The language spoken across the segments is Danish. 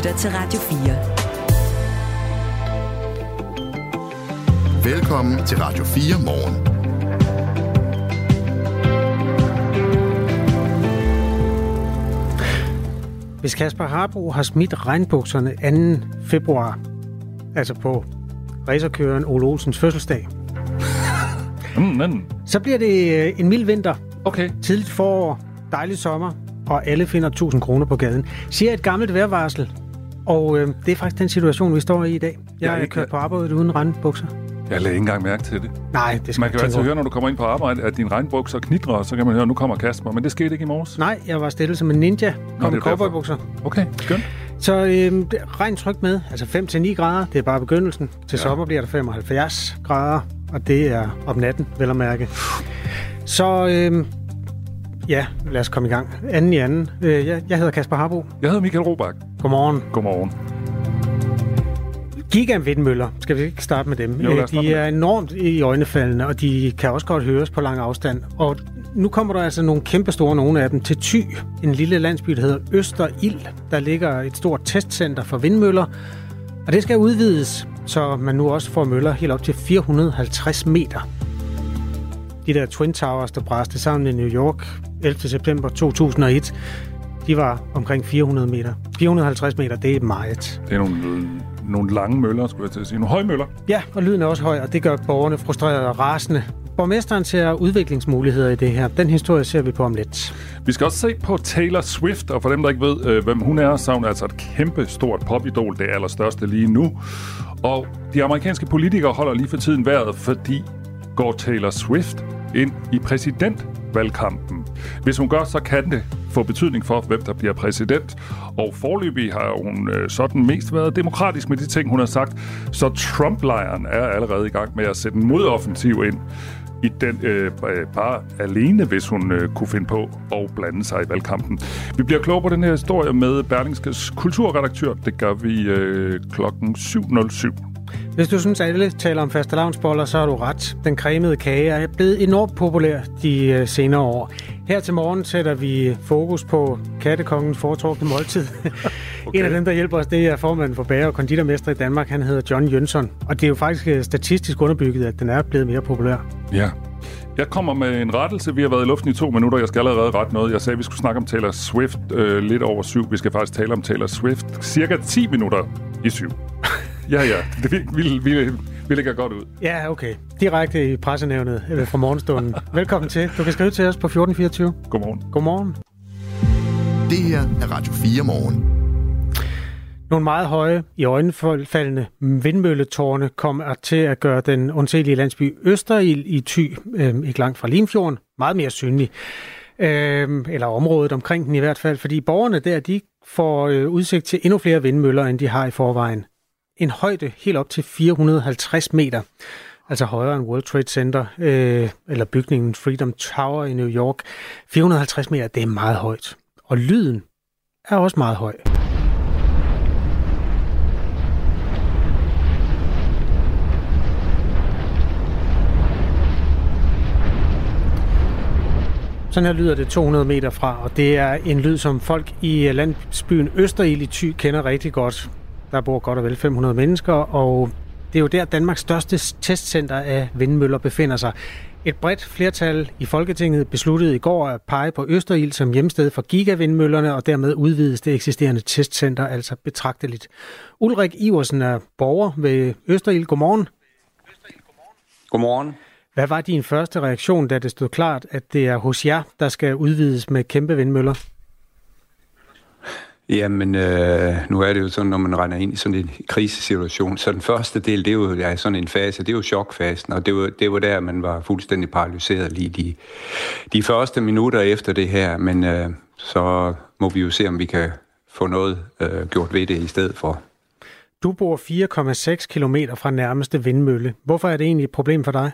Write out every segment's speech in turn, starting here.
lytter til Radio 4. Velkommen til Radio 4 morgen. Hvis Kasper Harbo har smidt regnbukserne 2. februar, altså på racerkøren Ole Olsens fødselsdag, så bliver det en mild vinter. Okay. Tidligt forår, dejlig sommer, og alle finder 1.000 kroner på gaden. Siger et gammelt vejrvarsel, og det er faktisk den situation, vi står i dag. Jeg har kørt på arbejde uden regnbukser. Jeg lagde ikke engang mærke til det. Nej, det skal man kan jo altid høre, når du kommer ind på arbejde, at din regnbukser knitrer, og så kan man høre, at nu kommer Kasper. Men det skete ikke i morges. Nej, jeg var stillet som en ninja. Kom med cowboybukser. Okay, skønt. Så regn tryk med, altså 5-9 grader, det er bare begyndelsen. Til sommer bliver der 75 grader, og det er om natten, vel at mærke. Så lad os komme i gang. Anden i anden. Jeg hedder Kasper Harbo. Jeg hedder Michael Robach. Godmorgen. Godmorgen. Gigavindmøller, skal vi ikke starte med dem? Jo, de er enormt i øjnefaldene, og de kan også godt høres på lang afstand. Og nu kommer der altså nogle kæmpestore, nogle af dem, til Thy, en lille landsby, der hedder Østerild. Der ligger et stort testcenter for vindmøller, og det skal udvides, så man nu også får møller helt op til 450 meter. De der Twin Towers, der bræste sammen i New York 11. september 2001, de var omkring 400 meter. 450 meter, det er meget. Det er nogle lange møller, skulle jeg til at sige. Nogle høje møller. Ja, og lyden er også høj, og det gør borgerne frustrerede og rasende. Borgmesteren ser udviklingsmuligheder i det her. Den historie ser vi på om lidt. Vi skal også se på Taylor Swift, og for dem, der ikke ved, hvem hun er, så er hun altså et kæmpe stort popidol, det allerstørste lige nu. Og de amerikanske politikere holder lige for tiden vejret, fordi går Taylor Swift ind i præsidentvalgkampen. Hvis hun gør, så kan det få betydning for, hvem der bliver præsident. Og foreløbig har hun sådan mest været demokratisk med de ting, hun har sagt. Så Trump-lejren er allerede i gang med at sætte en modoffensiv ind i den bare alene, hvis hun kunne finde på at blande sig i valgkampen. Vi bliver klogere på den her historie med Berlingskes kulturredaktør. Det gør vi klokken 7:07. Hvis du synes, at alle taler om fastelavnsboller, så har du ret. Den cremede kage er blevet enormt populær de senere år. Her til morgen sætter vi fokus på kattekongens foretrukne måltid. Okay. En af dem, der hjælper os, det er formanden for bager- og konditormester i Danmark. Han hedder John Jønsson. Og det er jo faktisk statistisk underbygget, at den er blevet mere populær. Ja. Jeg kommer med en rettelse. Vi har været i luften i 2 minutter. Jeg skal allerede rette noget. Jeg sagde, at vi skulle snakke om Taylor Swift lidt over 7. Vi skal faktisk tale om Taylor Swift cirka 10 minutter i 7. Ja. Det ligger godt ud. Ja, okay. Direkte i pressenævnet fra morgenstunden. Velkommen til. Du kan skrive til os på 1424. Godmorgen. Godmorgen. Det her er Radio 4 morgen. Nogle meget høje, i øjenfaldende vindmølletårne kommer til at gøre den undselige landsby Østerild i Thy, ikke langt fra Limfjorden, meget mere synlig. Eller området omkring den i hvert fald, fordi borgerne der, de får udsigt til endnu flere vindmøller, end de har i forvejen. En højde helt op til 450 meter, altså højere end World Trade Center, eller bygningen Freedom Tower i New York. 450 meter, det er meget højt. Og lyden er også meget høj. Sådan her lyder det 200 meter fra, og det er en lyd, som folk i landsbyen Østerild i Thy kender rigtig godt. Der bor godt og vel 500 mennesker, og det er jo der Danmarks største testcenter af vindmøller befinder sig. Et bredt flertal i Folketinget besluttede i går at pege på Østerild som hjemsted for gigavindmøllerne, og dermed udvides det eksisterende testcenter altså betragteligt. Ulrik Iversen er borger ved Østerild. Godmorgen. Godmorgen. Hvad var din første reaktion, da det stod klart, at det er hos jer, der skal udvides med kæmpe vindmøller? Jamen, nu er det jo sådan, når man render ind i sådan en krisesituation. Så den første del, det er jo sådan en fase, det er jo chokfasen, og det var der, man var fuldstændig paralyseret lige de første minutter efter det her. Men så må vi jo se, om vi kan få noget gjort ved det i stedet for. Du bor 4,6 kilometer fra nærmeste vindmølle. Hvorfor er det egentlig et problem for dig?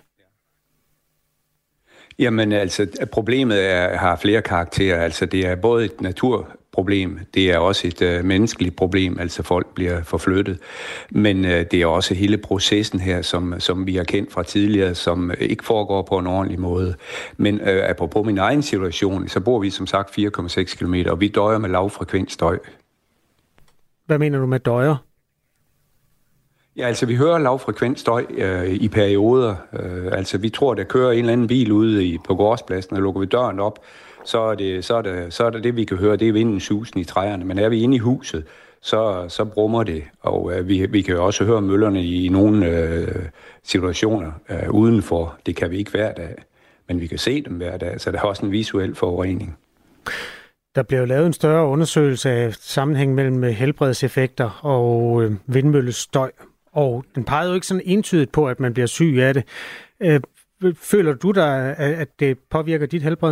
Jamen altså, problemet har flere karakterer. Altså, det er både et naturproblem, det er også et menneskeligt problem, altså folk bliver forflyttet. Men det er også hele processen her, som vi har kendt fra tidligere, som ikke foregår på en ordentlig måde. Men apropos min egen situation, så bor vi som sagt 4,6 kilometer, og vi døjer med lavfrekvent støj. Hvad mener du med døjer? Ja, altså vi hører lavfrekvent støj i perioder. Altså vi tror, der kører en eller anden bil ude på gårdspladsen, og lukker vi døren op, så er det, vi kan høre, det er vinden susen i træerne. Men er vi inde i huset, så brummer det, og vi kan jo også høre møllerne i nogle situationer udenfor. Det kan vi ikke hver dag, men vi kan se dem hver dag, så der er også en visuel forurening. Der blev lavet en større undersøgelse af sammenhæng mellem helbredseffekter og vindmøllestøj, og den pegede jo ikke sådan entydigt på, at man bliver syg af det. Føler du dig, at det påvirker dit helbred?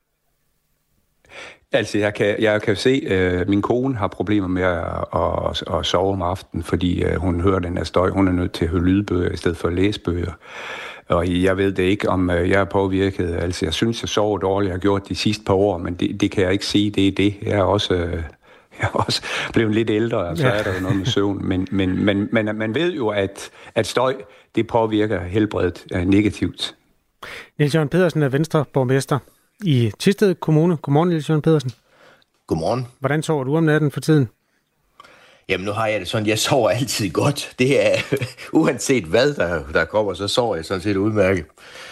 Altså, jeg kan se, at min kone har problemer med at sove om aftenen, fordi hun hører den her støj. Hun er nødt til at høre lydbøger i stedet for at læse bøger. Og jeg ved det ikke, om jeg er påvirket. Altså, jeg synes, jeg sover dårligt. Jeg har gjort de sidste par år, men det kan jeg ikke sige, det er det. Jeg er også blevet lidt ældre, og så er der jo noget med søvn. Men man ved jo, at støj, det påvirker helbredet negativt. Niels Jørgen Pedersen er Venstre-borgmester i Thisted Kommune. Godmorgen, Niels Jørgen Pedersen. Godmorgen. Hvordan sover du om natten for tiden? Jamen, nu har jeg det sådan, jeg sover altid godt. Det er, uanset hvad der kommer, så sover jeg sådan set udmærket.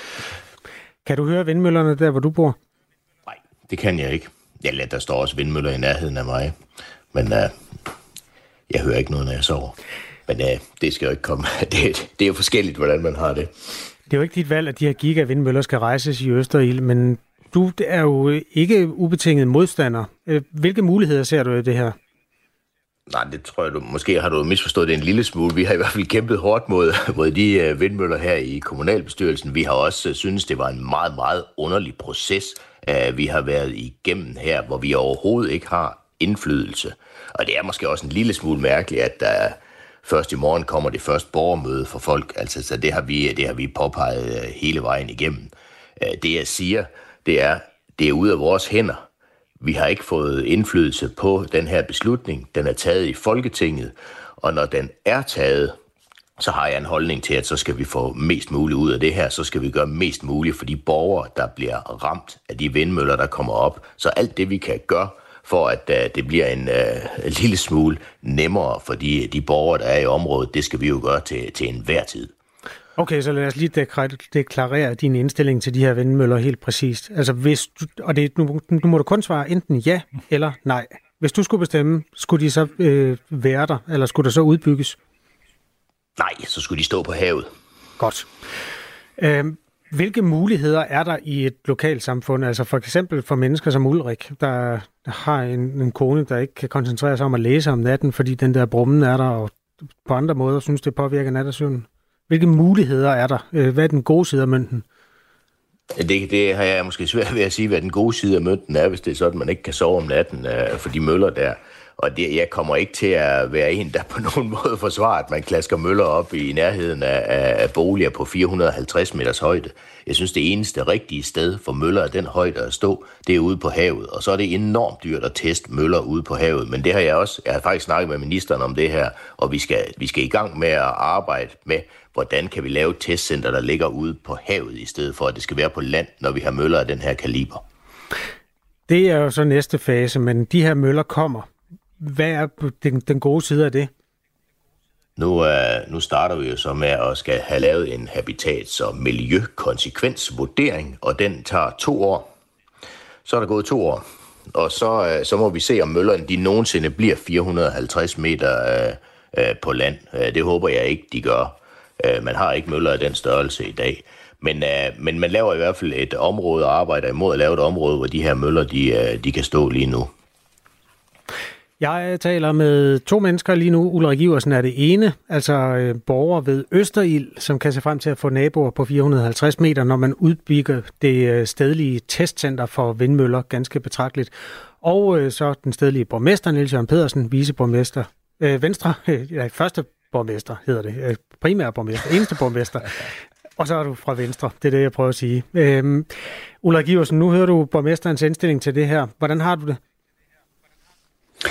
Kan du høre vindmøllerne der, hvor du bor? Nej, det kan jeg ikke. Der står også vindmøller i nærheden af mig, men jeg hører ikke noget, når jeg sover. Men det skal jo ikke komme. Det er jo forskelligt, hvordan man har det. Det er jo ikke dit valg, at de her gigavindmøller skal rejses i Østerild, men du er jo ikke ubetinget modstander. Hvilke muligheder ser du i det her? Nej, det tror jeg, måske har du misforstået det en lille smule. Vi har i hvert fald kæmpet hårdt mod de vindmøller her i kommunalbestyrelsen. Vi har også synes det var en meget, meget underlig proces, vi har været igennem her, hvor vi overhovedet ikke har indflydelse. Og det er måske også en lille smule mærkeligt, at der først i morgen kommer det første borgermøde for folk. Altså, så det har vi påpeget hele vejen igennem. Det jeg siger, det er ude af vores hænder. Vi har ikke fået indflydelse på den her beslutning. Den er taget i Folketinget, og når den er taget, så har jeg en holdning til, at så skal vi få mest muligt ud af det her. Så skal vi gøre mest muligt for de borgere, der bliver ramt af de vindmøller, der kommer op. Så alt det, vi kan gøre for, at det bliver en lille smule nemmere for de borgere, der er i området, det skal vi jo gøre til enhver tid. Okay, så lad os lige deklarere din indstilling til de her vindmøller helt præcist. Altså hvis du, og det, nu må du kun svare enten ja eller nej. Hvis du skulle bestemme, skulle de så være der, eller skulle der så udbygges? Nej, så skulle de stå på havet. Godt. Hvilke muligheder er der i et lokalsamfund, altså for eksempel for mennesker som Ulrik, der har en kone, der ikke kan koncentrere sig om at læse om natten, fordi den der brummen er der, og på andre måder synes det påvirker nattesøvnen? Hvilke muligheder er der? Hvad er den gode side af mønten? Det har jeg måske svært ved at sige, hvad den gode side af mønten er, hvis det er sådan, man ikke kan sove om natten for de møller der. Og jeg kommer ikke til at være en, der på nogen måde forsvarer, at man klasker møller op i nærheden af boliger på 450 meters højde. Jeg synes, det eneste rigtige sted for møller af den højde at stå, det er ude på havet. Og så er det enormt dyrt at teste møller ude på havet. Men det har jeg har faktisk snakket med ministeren om det her, og vi skal i gang med at arbejde med, hvordan kan vi lave et testcenter, der ligger ude på havet, i stedet for, at det skal være på land, når vi har møller af den her kaliber. Det er jo så næste fase, men de her møller kommer. Hvad er den gode side af det? Nu starter vi jo så med at skal have lavet en habitats- og miljøkonsekvensvurdering, og den tager 2 år. Så er der gået 2 år, og så må vi se, om møllerne de nogensinde bliver 450 meter på land. Det håber jeg ikke, de gør. Man har ikke møller af den størrelse i dag. Men man laver i hvert fald et område og arbejder imod at lave et område, hvor de her møller de kan stå lige nu. Jeg taler med 2 mennesker lige nu. Ulrik Iversen er det ene, altså borger ved Østerild, som kan se frem til at få naboer på 450 meter, når man udbygger det stedlige testcenter for vindmøller ganske betragteligt. Og så den stedlige borgmester, Niels Jørgen Pedersen, viceborgmester, Venstre, første borgmester hedder det, primær borgmester, eneste borgmester. Og så er du fra Venstre, det er det, jeg prøver at sige. Ulrik Iversen, nu hører du borgmesterens indstilling til det her. Hvordan har du det?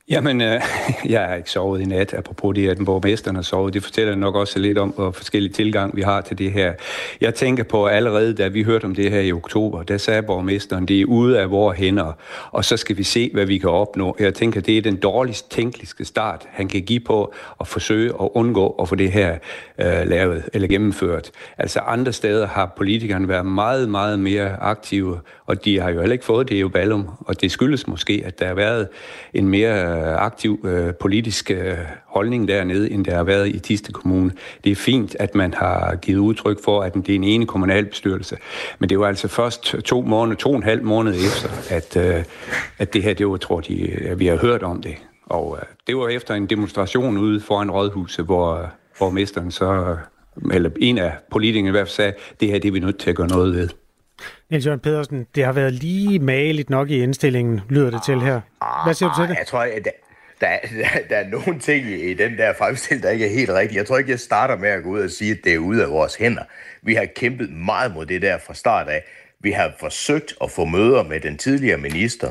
Jamen, jeg har ikke sovet i nat, apropos det, at borgmesteren har sovet. Det fortæller nok også lidt om, hvor forskellige tilgang vi har til det her. Jeg tænker på allerede, da vi hørte om det her i oktober, der sagde borgmesteren, det er ude af vores hænder, og så skal vi se, hvad vi kan opnå. Jeg tænker, det er den dårligst tænkelige start, han kan give på at forsøge at undgå at få det her lavet eller gennemført. Altså andre steder har politikerne været meget, meget mere aktive, og de har jo heller ikke fået det i Ballum, og det skyldes måske, at der har været en mere aktiv politisk holdning dernede, end der har været i Thisted Kommune. Det er fint, at man har givet udtryk for, at det er en ene kommunalbestyrelse. Men det var altså først 2,5 måneder efter, at det her, det var, tror jeg, vi har hørt om det. Og det var efter en demonstration ude foran Rådhuset, hvor borgmesteren så, eller en af politikerne i hvert fald sagde, det her det er vi nødt til at gøre noget ved. Niels Jørgen Pedersen, det har været lige mageligt nok i indstillingen, lyder det til her. Hvad siger du til det? Jeg tror, at der er nogle ting i den der fremstilling, der ikke er helt rigtigt. Jeg tror ikke, jeg starter med at gå ud og sige, at det er ude af vores hænder. Vi har kæmpet meget mod det der fra start af. Vi har forsøgt at få møder med den tidligere minister,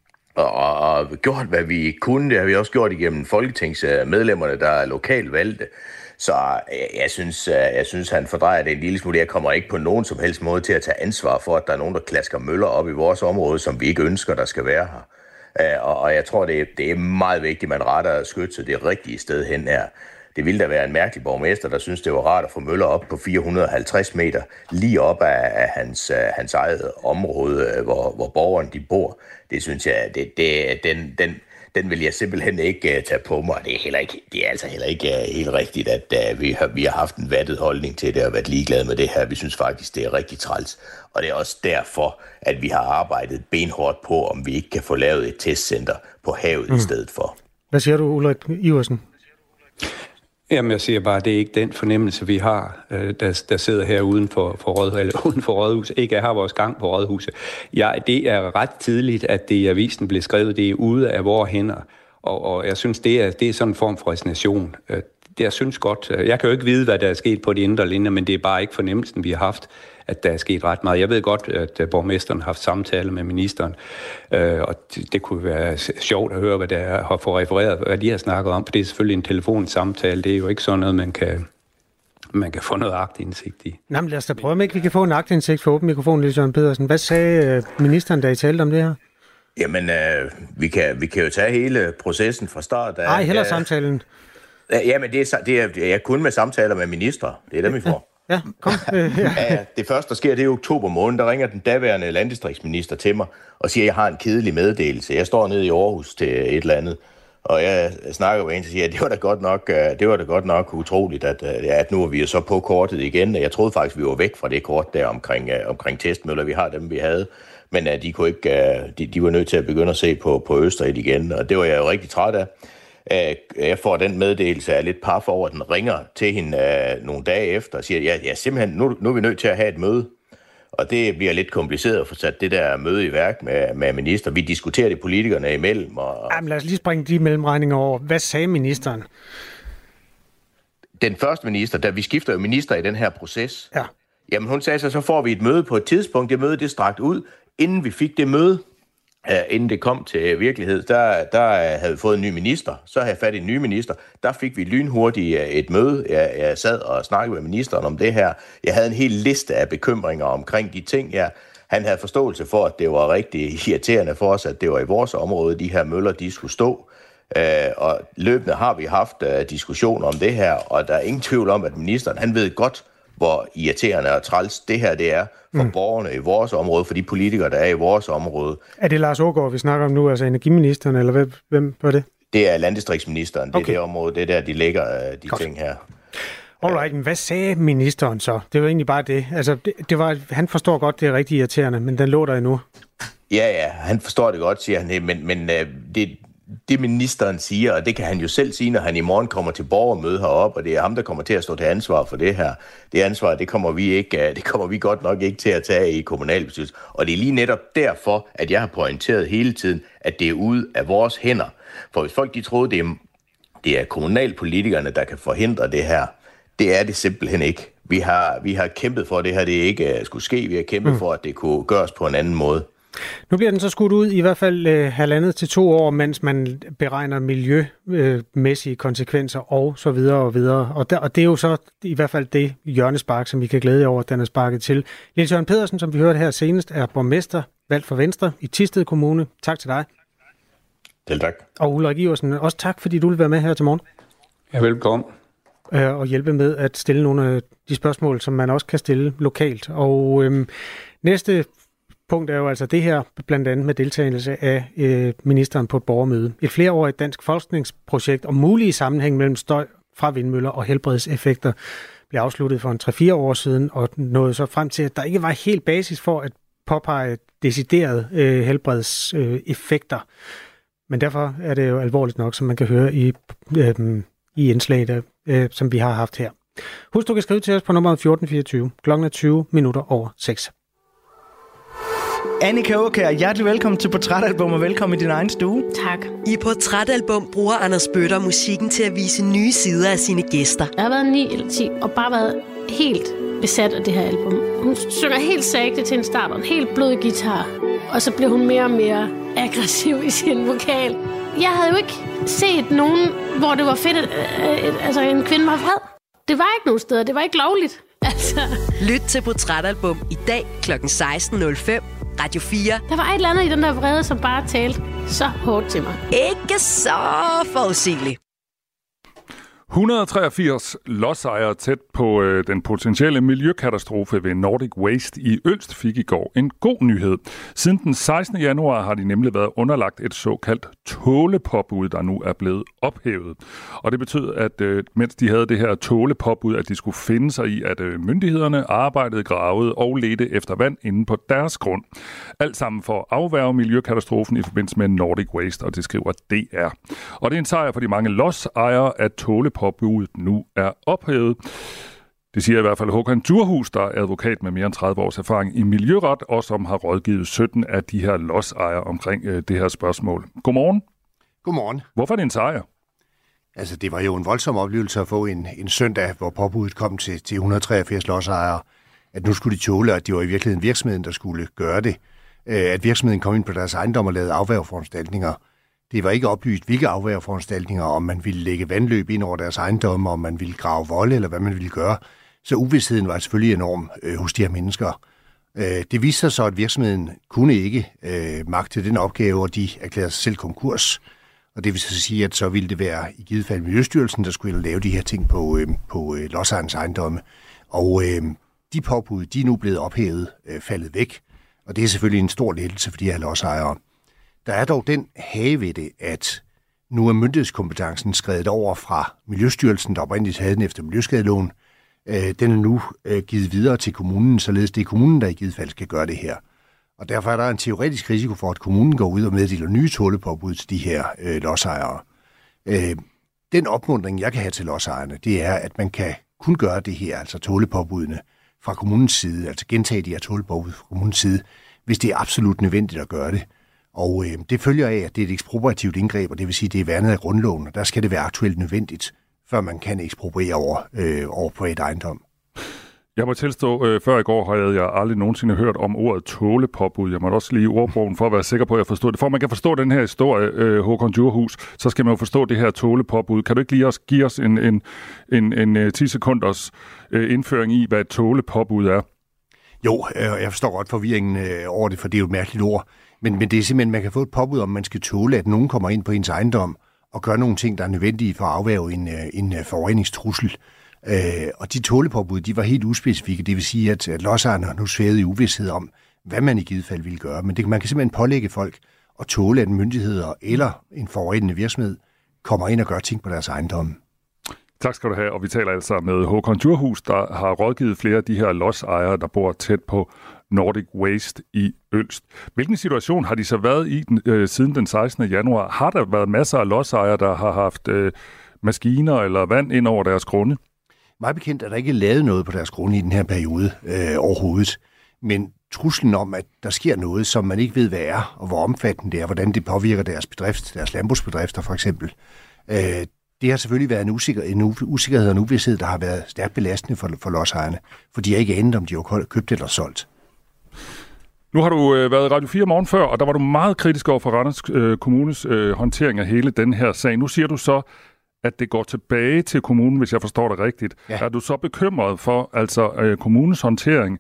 og gjort, hvad vi kunne. Det har vi også gjort igennem folketingsmedlemmerne, der er lokalt valgte. Så jeg synes, han fordrejer det en lille smule. Jeg kommer ikke på nogen som helst måde til at tage ansvar for, at der er nogen, der klasker møller op i vores område, som vi ikke ønsker, der skal være her. Og jeg tror, det er meget vigtigt, at man retter skytset det rigtige sted hen her. Det ville da være en mærkelig borgmester, der synes, det var rart at få møller op på 450 meter, lige op af hans eget område, hvor borgerne de bor. Det synes jeg, den vil jeg simpelthen ikke tage på mig. Det er altså heller ikke helt rigtigt, at vi har haft en vattet holdning til det og været ligeglade med det her. Vi synes faktisk, det er rigtig træls. Og det er også derfor, at vi har arbejdet benhårdt på, om vi ikke kan få lavet et testcenter på havet i stedet for. Hvad siger du, Ulrik Iversen? Jamen, jeg siger bare, at det er ikke den fornemmelse, vi har, der sidder her uden for Rådhuset. Ikke har vores gang på Rådhuset. Ja, det er ret tidligt, at det i avisen blev skrevet, det er ude af vores hænder. Og jeg synes, det er sådan en form for resignation. Jeg synes godt, jeg kan jo ikke vide, hvad der er sket på de indre linjer, men det er bare ikke fornemmelsen, vi har haft, at der er sket ret meget. Jeg ved godt, at borgmesteren har haft samtaler med ministeren, og det kunne være sjovt at høre, hvad der har fået refereret, hvad de har snakket om, for det er selvfølgelig en telefonsamtale, det er jo ikke sådan noget, man kan få noget aktindsigt i. Nå, men lad os da prøve, om ikke vi kan få en aktindsigt for åben mikrofon, Niels Jørgen Pedersen. Hvad sagde ministeren, da I talte om det her? Jamen, vi kan jo tage hele processen fra start. Nej, heller samtalen. Jamen, det er kun med samtaler med ministre. Det er dem, vi får. Ja, kom. Ja, det første, der sker, det er i oktober måned. Der ringer den daværende landdistriktsminister til mig og siger, at jeg har en kedelig meddelelse. Jeg står nede i Aarhus til et eller andet, og jeg snakker med en, og siger, at det var da godt nok utroligt, at nu er vi jo så på kortet igen. Jeg troede faktisk, vi var væk fra det kort der omkring testmøller. Vi har dem, vi havde. Men de kunne ikke, de var nødt til at begynde at se på Østerild igen, og det var jeg jo rigtig træt af. Jeg får den meddelelse af lidt paf over, at den ringer til hende nogle dage efter og siger, at simpelthen, nu er vi nødt til at have et møde. Og det bliver lidt kompliceret at få sat det der møde i værk med minister. Vi diskuterer det politikerne imellem. Jamen, lad os lige springe de mellemregninger over. Hvad sagde ministeren? Den første minister, da vi skifter jo minister i den her proces, ja. Jamen hun sagde så får vi et møde på et tidspunkt. Det møde, det strakt ud. Inden vi fik det møde, inden det kom til virkelighed, der havde vi fået en ny minister. Så havde jeg fat i en ny minister. Der fik vi lynhurtigt et møde. Jeg sad og snakkede med ministeren om det her. Jeg havde en hel liste af bekymringer omkring de ting her. Han havde forståelse for, at det var rigtig irriterende for os, at det var i vores område, de her møller, de skulle stå. Og løbende har vi haft diskussioner om det her, og der er ingen tvivl om, at ministeren, han ved godt, hvor irriterende og træls det her det er for borgerne i vores område, for de politikere, der er i vores område. Er det Lars Aagaard, vi snakker om nu, altså energiministeren, eller hvem var det? Det er landdistriktsministeren, det er det område, det er der, de lægger de godt. Ting her. Alright, men hvad sagde ministeren så? Det var egentlig bare det. Altså, det var, han forstår godt, det er rigtig irriterende, men den lå der endnu. Ja, han forstår det godt, siger han, men det ministeren siger, og det kan han jo selv sige, når han i morgen kommer til borgermøde heroppe, og det er ham, der kommer til at stå til ansvar for det her. Det ansvar, det kommer vi godt nok ikke til at tage i kommunalbestyrelsen. Og det er lige netop derfor, at jeg har pointeret hele tiden, at det er ude af vores hænder. For hvis folk de troede, det er kommunalpolitikerne, der kan forhindre det her, det er det simpelthen ikke. Vi har kæmpet for, at det her det ikke skulle ske. Vi har kæmpet for, at det kunne gøres på en anden måde. Nu bliver den så skudt ud i hvert fald 1,5 til 2 år, mens man beregner miljømæssige konsekvenser og så videre og videre. Og det er jo så i hvert fald det hjørnespark, som vi kan glæde jer over, at den er sparket til. Niels Jørgen Pedersen, som vi hørte her senest, er borgmester valgt for Venstre i Thisted Kommune. Tak til dig. Selv tak. Og Ulrik Iversen, også tak, fordi du vil være med her til morgen. Ja, velkommen. Og hjælpe med at stille nogle af de spørgsmål, som man også kan stille lokalt. Og næste punkt er jo altså det her, blandt andet med deltagelse af ministeren på et borgermøde. Et flereårigt dansk forskningsprojekt om mulige sammenhæng mellem støj fra vindmøller og helbredseffekter blev afsluttet for 3-4 år siden, og nåede så frem til, at der ikke var helt basis for at påpege deciderede helbredseffekter. Men derfor er det jo alvorligt nok, som man kan høre i indslaget, som vi har haft her. Husk, du kan skrive til os på nummer 1424. Klokken er 6:20. Annika Aakjær, hjertelig velkommen til Portrætalbum, og velkommen i din egen stue. Tak. I Portrætalbum bruger Anders Bøtter musikken til at vise nye sider af sine gæster. Jeg har været 9 eller 10 og bare været helt besat af det her album. Hun synger helt sagte til en start og en helt blød guitar, og så blev hun mere og mere aggressiv i sin vokal. Jeg havde jo ikke set nogen, hvor det var fedt, at en kvinde var vred. Det var ikke nogen steder, det var ikke lovligt. Altså. Lyt til Portrætalbum i dag kl. 16.05. Radio 4. Der var et eller andet i den der vrede, som bare talte så hårdt til mig. Ikke så forudsigeligt. 183 lodsejere tæt på den potentielle miljøkatastrofe ved Nordic Waste i Ølst fik i går en god nyhed. Siden den 16. januar har de nemlig været underlagt et såkaldt tålepåbud, der nu er blevet ophævet. Og det betød, at mens de havde det her tålepåbud, at de skulle finde sig i, at myndighederne arbejdede, gravede og ledte efter vand inde på deres grund. Alt sammen for at afværge miljøkatastrofen i forbindelse med Nordic Waste, og det skriver DR. Og det er en sejr for de mange lodsejere, at tålepåbuddet nu er ophævet. Det siger i hvert fald Håkan Djurhus, der er advokat med mere end 30 års erfaring i miljøret, og som har rådgivet 17 af de her lodsejere omkring det her spørgsmål. Godmorgen. Godmorgen. Hvorfor er det en sejr? Altså, det var jo en voldsom oplevelse at få en søndag, hvor påbuddet kom til 183 lodsejere, at nu skulle de tåle, at det var i virkeligheden virksomheden, der skulle gøre det. At virksomheden kom ind på deres ejendom og lavede afværgeforanstaltninger. Det var ikke oplyst, hvilke afværgeforanstaltninger, om man ville lægge vandløb ind over deres ejendomme, om man ville grave volde, eller hvad man ville gøre. Så uvidstheden var selvfølgelig enorm hos de her mennesker. Det viste sig så, at virksomheden kunne ikke magte den opgave, og de erklærede sig selv konkurs. Og det vil så sige, at så ville det være i givet fald Miljøstyrelsen, der skulle lave de her ting på lodsejernes ejendomme. Og de påbud, de er nu blevet ophævet, faldet væk. Og det er selvfølgelig en stor lettelse for de her lodsejere. Der er dog den hage ved det, at nu er myndighedskompetencen skredet over fra Miljøstyrelsen, der oprindeligt havde den efter Miljøskadeloven. Den er nu givet videre til kommunen, således det er kommunen, der i givet fald skal gøre det her. Og derfor er der en teoretisk risiko for, at kommunen går ud og meddeler nye tålepåbud til de her lodsejere. Den opmuntring, jeg kan have til lodsejerne, det er, at man kan kun gøre det her, altså tålepåbudene fra kommunens side, altså gentage de her tålepåbud fra kommunens side, hvis det er absolut nødvendigt at gøre det. Og det følger af, at det er et ekspropriativt indgreb, og det vil sige, at det er værnet af grundloven, og der skal det være aktuelt nødvendigt, før man kan ekspropriere over privat ejendom. Jeg må tilstå, før i går havde jeg aldrig nogensinde hørt om ordet tålepåbud. Jeg måtte også lige ordbogen for at være sikker på, at jeg forstod det. For at man kan forstå den her historie, Håkan Djurhus, så skal man jo forstå det her tålepåbud. Kan du ikke lige også give os en 10 sekunders indføring i, hvad et tålepåbud er? Jo, jeg forstår godt forvirringen over det, for det er jo et mærkeligt ord. Men det er simpelthen, man kan få et påbud, om man skal tåle, at nogen kommer ind på ens ejendom og gør nogle ting, der er nødvendige for at afværge en forureningstrussel. Og de tålepåbud, de var helt uspecifikke. Det vil sige, at lodsejerne har nu svævet i uvished om, hvad man i givet fald ville gøre. Men man kan simpelthen pålægge folk at tåle, at myndigheder eller en forurenende virksomhed kommer ind og gør ting på deres ejendomme. Tak skal du have, og vi taler altså med Håkan Djurhus, der har rådgivet flere af de her lodsejere, der bor tæt på Nordic Waste i Ølst. Hvilken situation har de så været i siden den 16. januar? Har der været masser af lodsejere, der har haft maskiner eller vand ind over deres grunde? Meget bekendt er der ikke lavet noget på deres grunde i den her periode overhovedet. Men truslen om, at der sker noget, som man ikke ved, hvad er, og hvor omfattende det er, hvordan det påvirker deres bedrift, deres landbrugsbedrifter for eksempel, det har selvfølgelig været en usikkerhed og en uvished, der har været stærkt belastende for lodsejerne, for de har ikke anet, om de har købt eller solgt. Nu har du været i Radio 4 morgen før, og der var du meget kritisk over for Randers Kommunes håndtering af hele den her sag. Nu siger du så, at det går tilbage til kommunen, hvis jeg forstår det rigtigt. Ja. Er du så bekymret for kommunens håndtering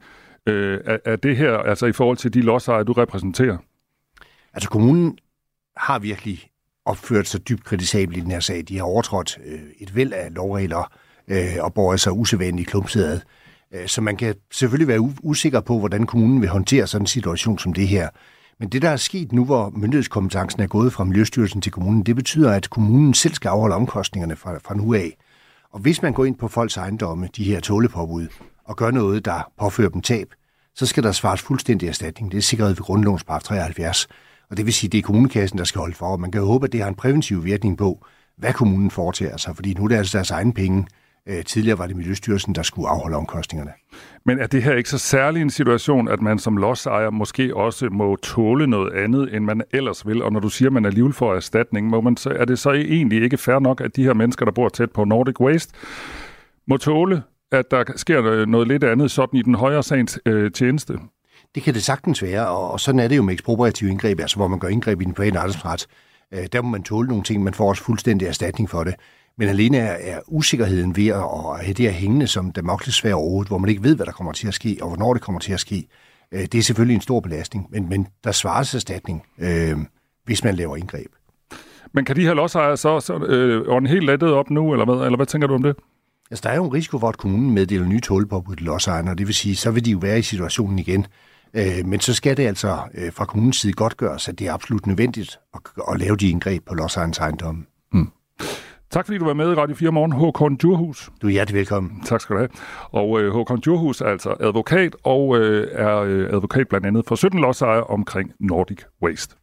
af det her, altså i forhold til de lodsejere, du repræsenterer? Altså kommunen har virkelig opført sig dybt kritisabelt i den her sag. De har overtrådt et væld af lovregler og båret sig usædvanligt klumpset ad. Så man kan selvfølgelig være usikker på, hvordan kommunen vil håndtere sådan en situation som det her. Men det, der er sket nu, hvor myndighedskompetencen er gået fra Miljøstyrelsen til kommunen, det betyder, at kommunen selv skal afholde omkostningerne fra nu af. Og hvis man går ind på folks ejendomme, de her tålepåbud, og gør noget, der påfører dem tab, så skal der svares fuldstændig erstatning. Det er sikret ved grundlovens paragraf 73. Og det vil sige, at det er kommunekassen, der skal holde for. Og man kan jo håbe, at det har en præventiv virkning på, hvad kommunen foretager sig. Fordi nu er det altså deres egen penge. Tidligere var det Miljøstyrelsen, der skulle afholde omkostningerne. Men er det her ikke så særlig en situation, at man som lodsejer måske også må tåle noget andet, end man ellers vil? Og når du siger, at man alligevel får erstatning, er det så egentlig ikke fair nok, at de her mennesker, der bor tæt på Nordic Waste, må tåle, at der sker noget lidt andet sådan i den højere sagens tjeneste? Det kan det sagtens være, og sådan er det jo med ekspropriative indgreb, altså hvor man gør indgreb i den private ejendomsret. Der må man tåle nogle ting, man får også fuldstændig erstatning for det. Men alene er usikkerheden ved at have det her hængende som Damokles-sværd over hovedet, hvor man ikke ved, hvad der kommer til at ske, og hvornår det kommer til at ske. Det er selvfølgelig en stor belastning, men der svares erstatning, hvis man laver indgreb. Men kan de her lodsejere så ordne helt lettet op nu, eller hvad tænker du om det? Altså, der er jo en risiko for, at kommunen meddeler nye tålepåbud til lodsejerne, og det vil sige, så vil de jo være i situationen igen. Men så skal det altså fra kommunens side godt gøres, at det er absolut nødvendigt at lave de indgreb på lodsejernes ejendomme. Tak fordi du var med i Radio 4 morgen, Håkon Djurhus. Du er hjertelig velkommen. Tak skal du have. Og Håkon Djurhus er altså advokat, og er advokat blandt andet for 17 lodsejere omkring Nordic Waste.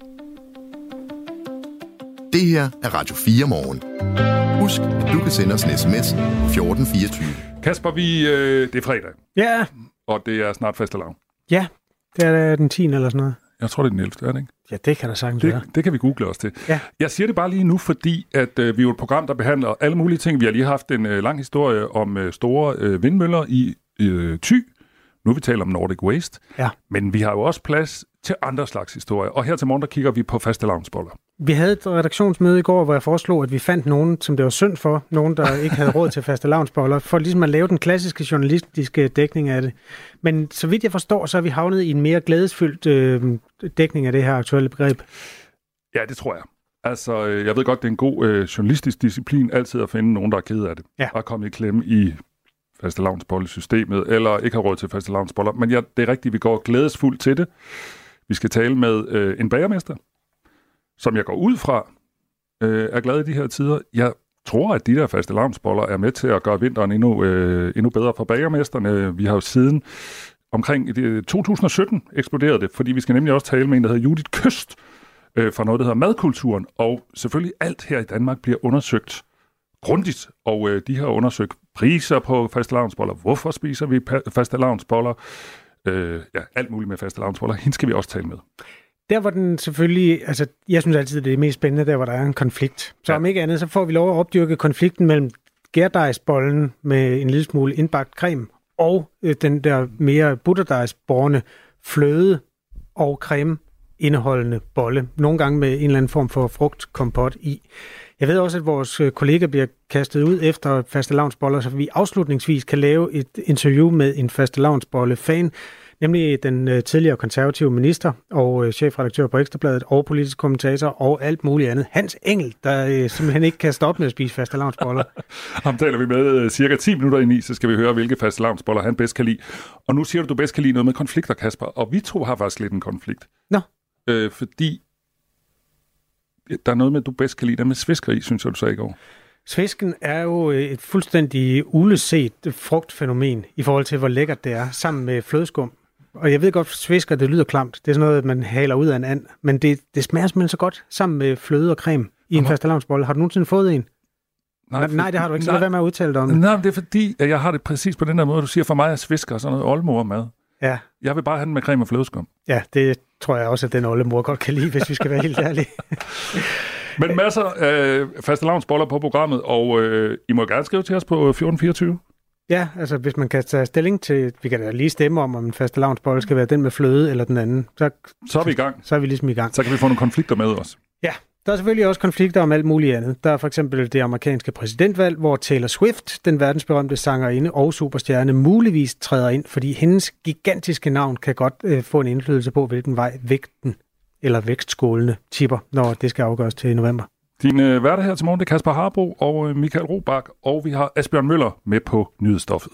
Det her er Radio 4 morgen. Husk, at du kan sende os en sms 1424. Kasper, det er fredag. Ja. Og det er snart fastelavn. Ja, det er den 10. eller sådan noget. Jeg tror, det er den 11. Er det ikke? Ja, det kan der sagtens være. Det kan vi google os til. Ja. Jeg siger det bare lige nu, fordi at vi er jo et program, der behandler alle mulige ting. Vi har lige haft en lang historie om store vindmøller i Thy. Nu vi taler om Nordic Waste. Ja. Men vi har jo også plads til andre slags historier. Og her til morgen, der kigger vi på fastelavnsboller. Vi havde et redaktionsmøde i går, hvor jeg foreslog, at vi fandt nogen, som det var synd for, nogen, der ikke havde råd til fastelavnsboller, for ligesom at lave den klassiske journalistiske dækning af det. Men så vidt jeg forstår, så er vi havnet i en mere glædesfyldt dækning af det her aktuelle begreb. Ja, det tror jeg. Altså, jeg ved godt, det er en god journalistisk disciplin altid at finde nogen, der er ked af det. Ja. Og er kommet i klemme i fastelavnsbollesystemet, eller ikke har råd til fastelavnsboller. Men ja, det er rigtigt, vi går glædesfuldt til det. Vi skal tale med en bagermester, som jeg går ud fra, er glad i de her tider. Jeg tror, at de der fastelavnsboller er med til at gøre vinteren endnu bedre for bagermesterne. Vi har jo siden omkring 2017 eksploderet det, fordi vi skal nemlig også tale med en, der hedder Judith Køst, fra noget, der hedder madkulturen. Og selvfølgelig alt her i Danmark bliver undersøgt grundigt, og de har undersøgt priser på fastelavnsboller. Hvorfor spiser vi fastelavnsboller? Alt muligt med fastelavnsboller. Hende skal vi også tale med. Der var den selvfølgelig, altså jeg synes altid, det er mest spændende, der hvor der er en konflikt. Så om ikke andet, så får vi lov at opdyrke konflikten mellem gærdejsbollen med en lille smule indbagt creme og den der mere butterdejsborne fløde og creme indeholdende bolle. Nogle gange med en eller anden form for frugtkompot i. Jeg ved også, at vores kollega bliver kastet ud efter fastelavnsboller, så vi afslutningsvis kan lave et interview med en fastelavnsbolle-fan, nemlig den tidligere konservative minister og chefredaktør på Ekstrabladet og politisk kommentator og alt muligt andet. Hans Engel, der simpelthen ikke kan stoppe med at spise fastelavnsboller. Ham taler vi med cirka 10 minutter ind i, så skal vi høre, hvilke fastelavnsboller han bedst kan lide. Og nu siger du bedst kan lide noget med konflikter, Kasper, og vi to har faktisk lidt en konflikt. Nå. Fordi der er noget med, du bedst kan lide, der med sviskeri, synes jeg, du sagde i går. Svisken er jo et fuldstændig uleset frugtfænomen i forhold til, hvor lækkert det er, sammen med flødeskum. Og jeg ved godt, svisker, det lyder klamt. Det er sådan noget, man haler ud af en and. Men det smager simpelthen så godt, sammen med fløde og creme i en fastelavnsbolle. Har du nogensinde fået en? Nej, det har du ikke. Så lad være med at udtale dig om det. Nej, det er fordi, at jeg har det præcis på den der måde. Du siger for mig, at svisker sådan noget oldemor-mad. Ja. Jeg vil bare have den med creme og flødeskum. Ja, det tror jeg også, at den oldemor godt kan lide, hvis vi skal være helt ærlige. Men masser af fastelavnsboller på programmet, og I må gerne skrive til os på 1424. Ja, altså hvis man kan tage stilling til, vi kan da lige stemme om en fastelavnsbolle skal være den med fløde eller den anden. Så er vi i gang. Så er vi ligesom i gang. Så kan vi få nogle konflikter med os. Ja, der er selvfølgelig også konflikter om alt muligt andet. Der er for eksempel det amerikanske præsidentvalg, hvor Taylor Swift, den verdensberømte sangerinde og superstjerne, muligvis træder ind, fordi hendes gigantiske navn kan godt få en indflydelse på, hvilken vej vægten eller vækstskålene tipper, når det skal afgøres til november. Din værter her til morgen, det er Kasper Harbo og Michael Robach, og vi har Asbjørn Møller med på nyhedsstoffet.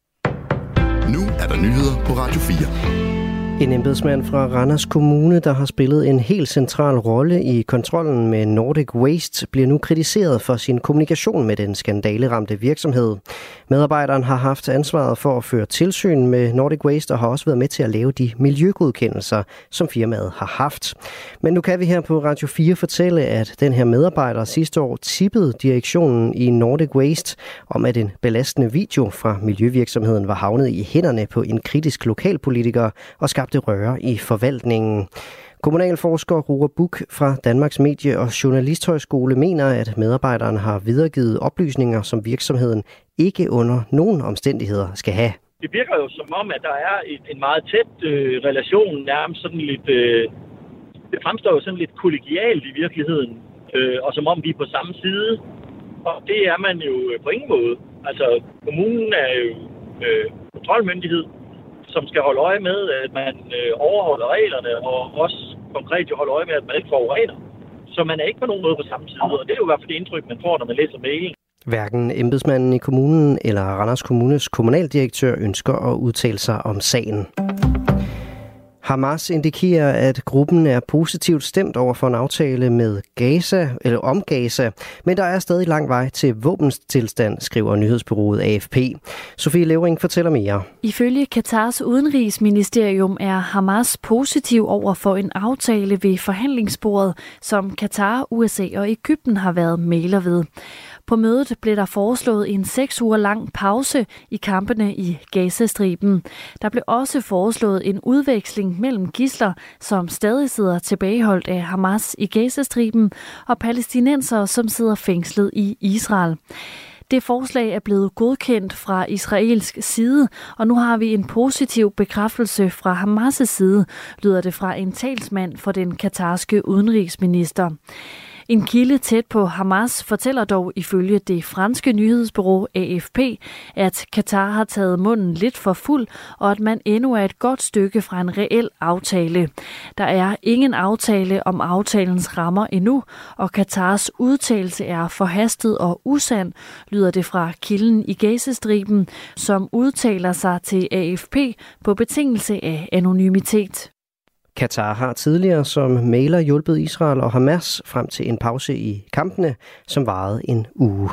Nu er der nyheder på Radio 4. En embedsmand fra Randers Kommune, der har spillet en helt central rolle i kontrollen med Nordic Waste, bliver nu kritiseret for sin kommunikation med den skandaleramte virksomhed. Medarbejderen har haft ansvaret for at føre tilsyn med Nordic Waste og har også været med til at lave de miljøgodkendelser, som firmaet har haft. Men nu kan vi her på Radio 4 fortælle, at den her medarbejder sidste år tippede direktionen i Nordic Waste om, at en belastende video fra miljøvirksomheden var havnet i hænderne på en kritisk lokalpolitiker og skabte røre i forvaltningen. Kommunalforsker Roar Buch fra Danmarks Medie- og Journalisthøjskole mener, at medarbejderen har videregivet oplysninger, som virksomheden ikke under nogen omstændigheder skal have. Det virker jo som om, at der er en meget tæt relation, nærmest sådan lidt, det fremstår jo sådan lidt kollegialt i virkeligheden, og som om vi er på samme side. Og det er man jo på ingen måde. Altså, kommunen er jo kontrolmyndighed, som skal holde øje med, at man overholder reglerne, og også konkret jo holde øje med, at man ikke forurener. Så man er ikke på nogen måde på samme side, og det er jo i hvert fald det indtryk, man får, når man læser mailen. Hverken embedsmanden i kommunen eller Randers Kommunes kommunaldirektør ønsker at udtale sig om sagen. Hamas indikerer, at gruppen er positivt stemt over for en aftale med Gaza, eller om Gaza, men der er stadig lang vej til våbenstilstand, skriver nyhedsbureauet AFP. Sofie Levering fortæller mere. Ifølge Katars udenrigsministerium er Hamas positiv over for en aftale ved forhandlingsbordet, som Katar, USA og Egypten har været mægler ved. På mødet blev der foreslået en 6 uger lang pause i kampene i Gazastriben. Der blev også foreslået en udveksling mellem gidsler, som stadig sidder tilbageholdt af Hamas i Gazastriben, og palæstinensere, som sidder fængslet i Israel. Det forslag er blevet godkendt fra israelsk side, og nu har vi en positiv bekræftelse fra Hamas' side, lyder det fra en talsmand for den katarske udenrigsminister. En kilde tæt på Hamas fortæller dog ifølge det franske nyhedsbureau AFP, at Katar har taget munden lidt for fuld, og at man endnu er et godt stykke fra en reel aftale. Der er ingen aftale om aftalens rammer endnu, og Katars udtalelse er forhastet og usand, lyder det fra kilden i Gazastriben, som udtaler sig til AFP på betingelse af anonymitet. Katar har tidligere som mægler hjulpet Israel og Hamas frem til en pause i kampene, som varede en uge.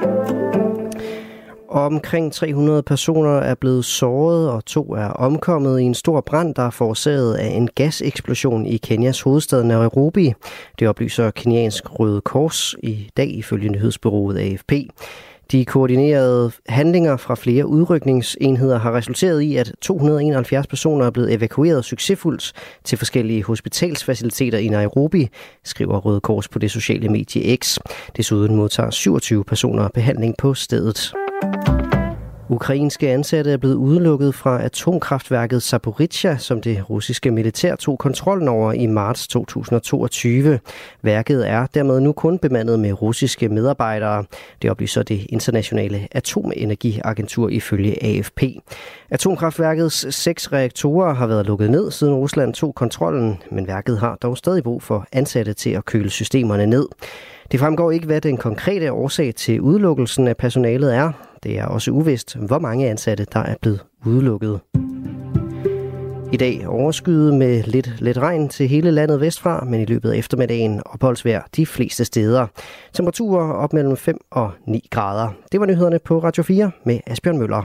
Omkring 300 personer er blevet såret, og 2 er omkommet i en stor brand, der er forårsaget af en gaseksplosion i Kenyas hovedstad Nairobi. Det oplyser kenyansk Røde Kors i dag ifølge nyhedsbureauet AFP. De koordinerede handlinger fra flere udrykningsenheder har resulteret i, at 271 personer er blevet evakueret succesfuldt til forskellige hospitalsfaciliteter i Nairobi, skriver Røde Kors på det sociale medie X. Desuden modtager 27 personer behandling på stedet. Ukrainske ansatte er blevet udelukket fra atomkraftværket Zaporizhzhia, som det russiske militær tog kontrollen over i marts 2022. Værket er dermed nu kun bemandet med russiske medarbejdere. Det oplyser det internationale atomenergiagentur ifølge AFP. Atomkraftværkets 6 reaktorer har været lukket ned, siden Rusland tog kontrollen, men værket har dog stadig brug for ansatte til at køle systemerne ned. Det fremgår ikke, hvad den konkrete årsag til udelukkelsen af personalet er. Det er også uvist, hvor mange ansatte, der er blevet udelukket. I dag overskyet med lidt regn til hele landet vestfra, men i løbet af eftermiddagen opholdsvejr de fleste steder. Temperaturer op mellem 5 og 9 grader. Det var nyhederne på Radio 4 med Asbjørn Møller.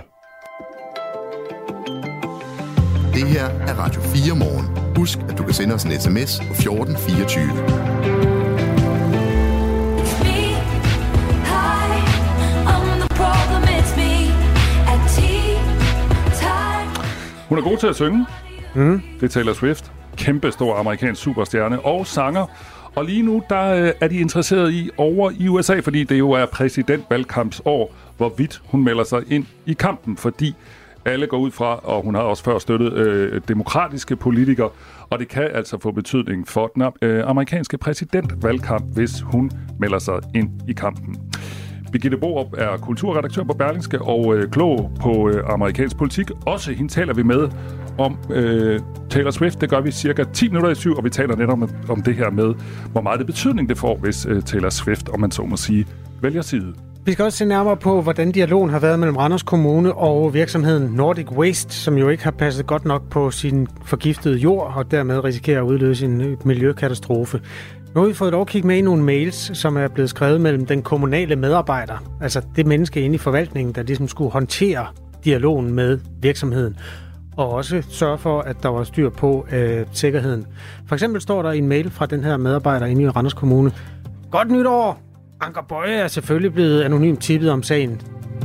Det her er Radio 4 morgen. Husk, at du kan sende os en sms på 1424. Hun er god til at synge. Det er Taylor Swift. Kæmpe stor amerikansk superstjerne og sanger. Og lige nu, der er de interesseret i over i USA, fordi det jo er præsidentvalgkampsår, hvorvidt hun melder sig ind i kampen, fordi alle går ud fra, og hun har også før støttet demokratiske politikere, og det kan altså få betydning for den amerikanske præsidentvalgkamp, hvis hun melder sig ind i kampen. Birgitte Borup er kulturredaktør på Berlingske og klog på amerikansk politik. Også hende taler vi med om Taylor Swift. Det gør vi cirka 10 minutter i 7, og vi taler netop om det her med, hvor meget det betydning det får, hvis Taylor Swift, om man så må sige, vælger side. Vi skal også se nærmere på, hvordan dialogen har været mellem Randers Kommune og virksomheden Nordic Waste, som jo ikke har passet godt nok på sin forgiftede jord, og dermed risikerer at udløse en miljøkatastrofe. Nu har vi fået lov at kigge med i nogle mails, som er blevet skrevet mellem den kommunale medarbejder, altså det menneske inde i forvaltningen, der ligesom skulle håndtere dialogen med virksomheden, og også sørge for, at der var styr på sikkerheden. For eksempel står der i en mail fra den her medarbejder inde i Randers Kommune: Godt nytår! Anker Bøje er selvfølgelig blevet anonymt tippet om sagen.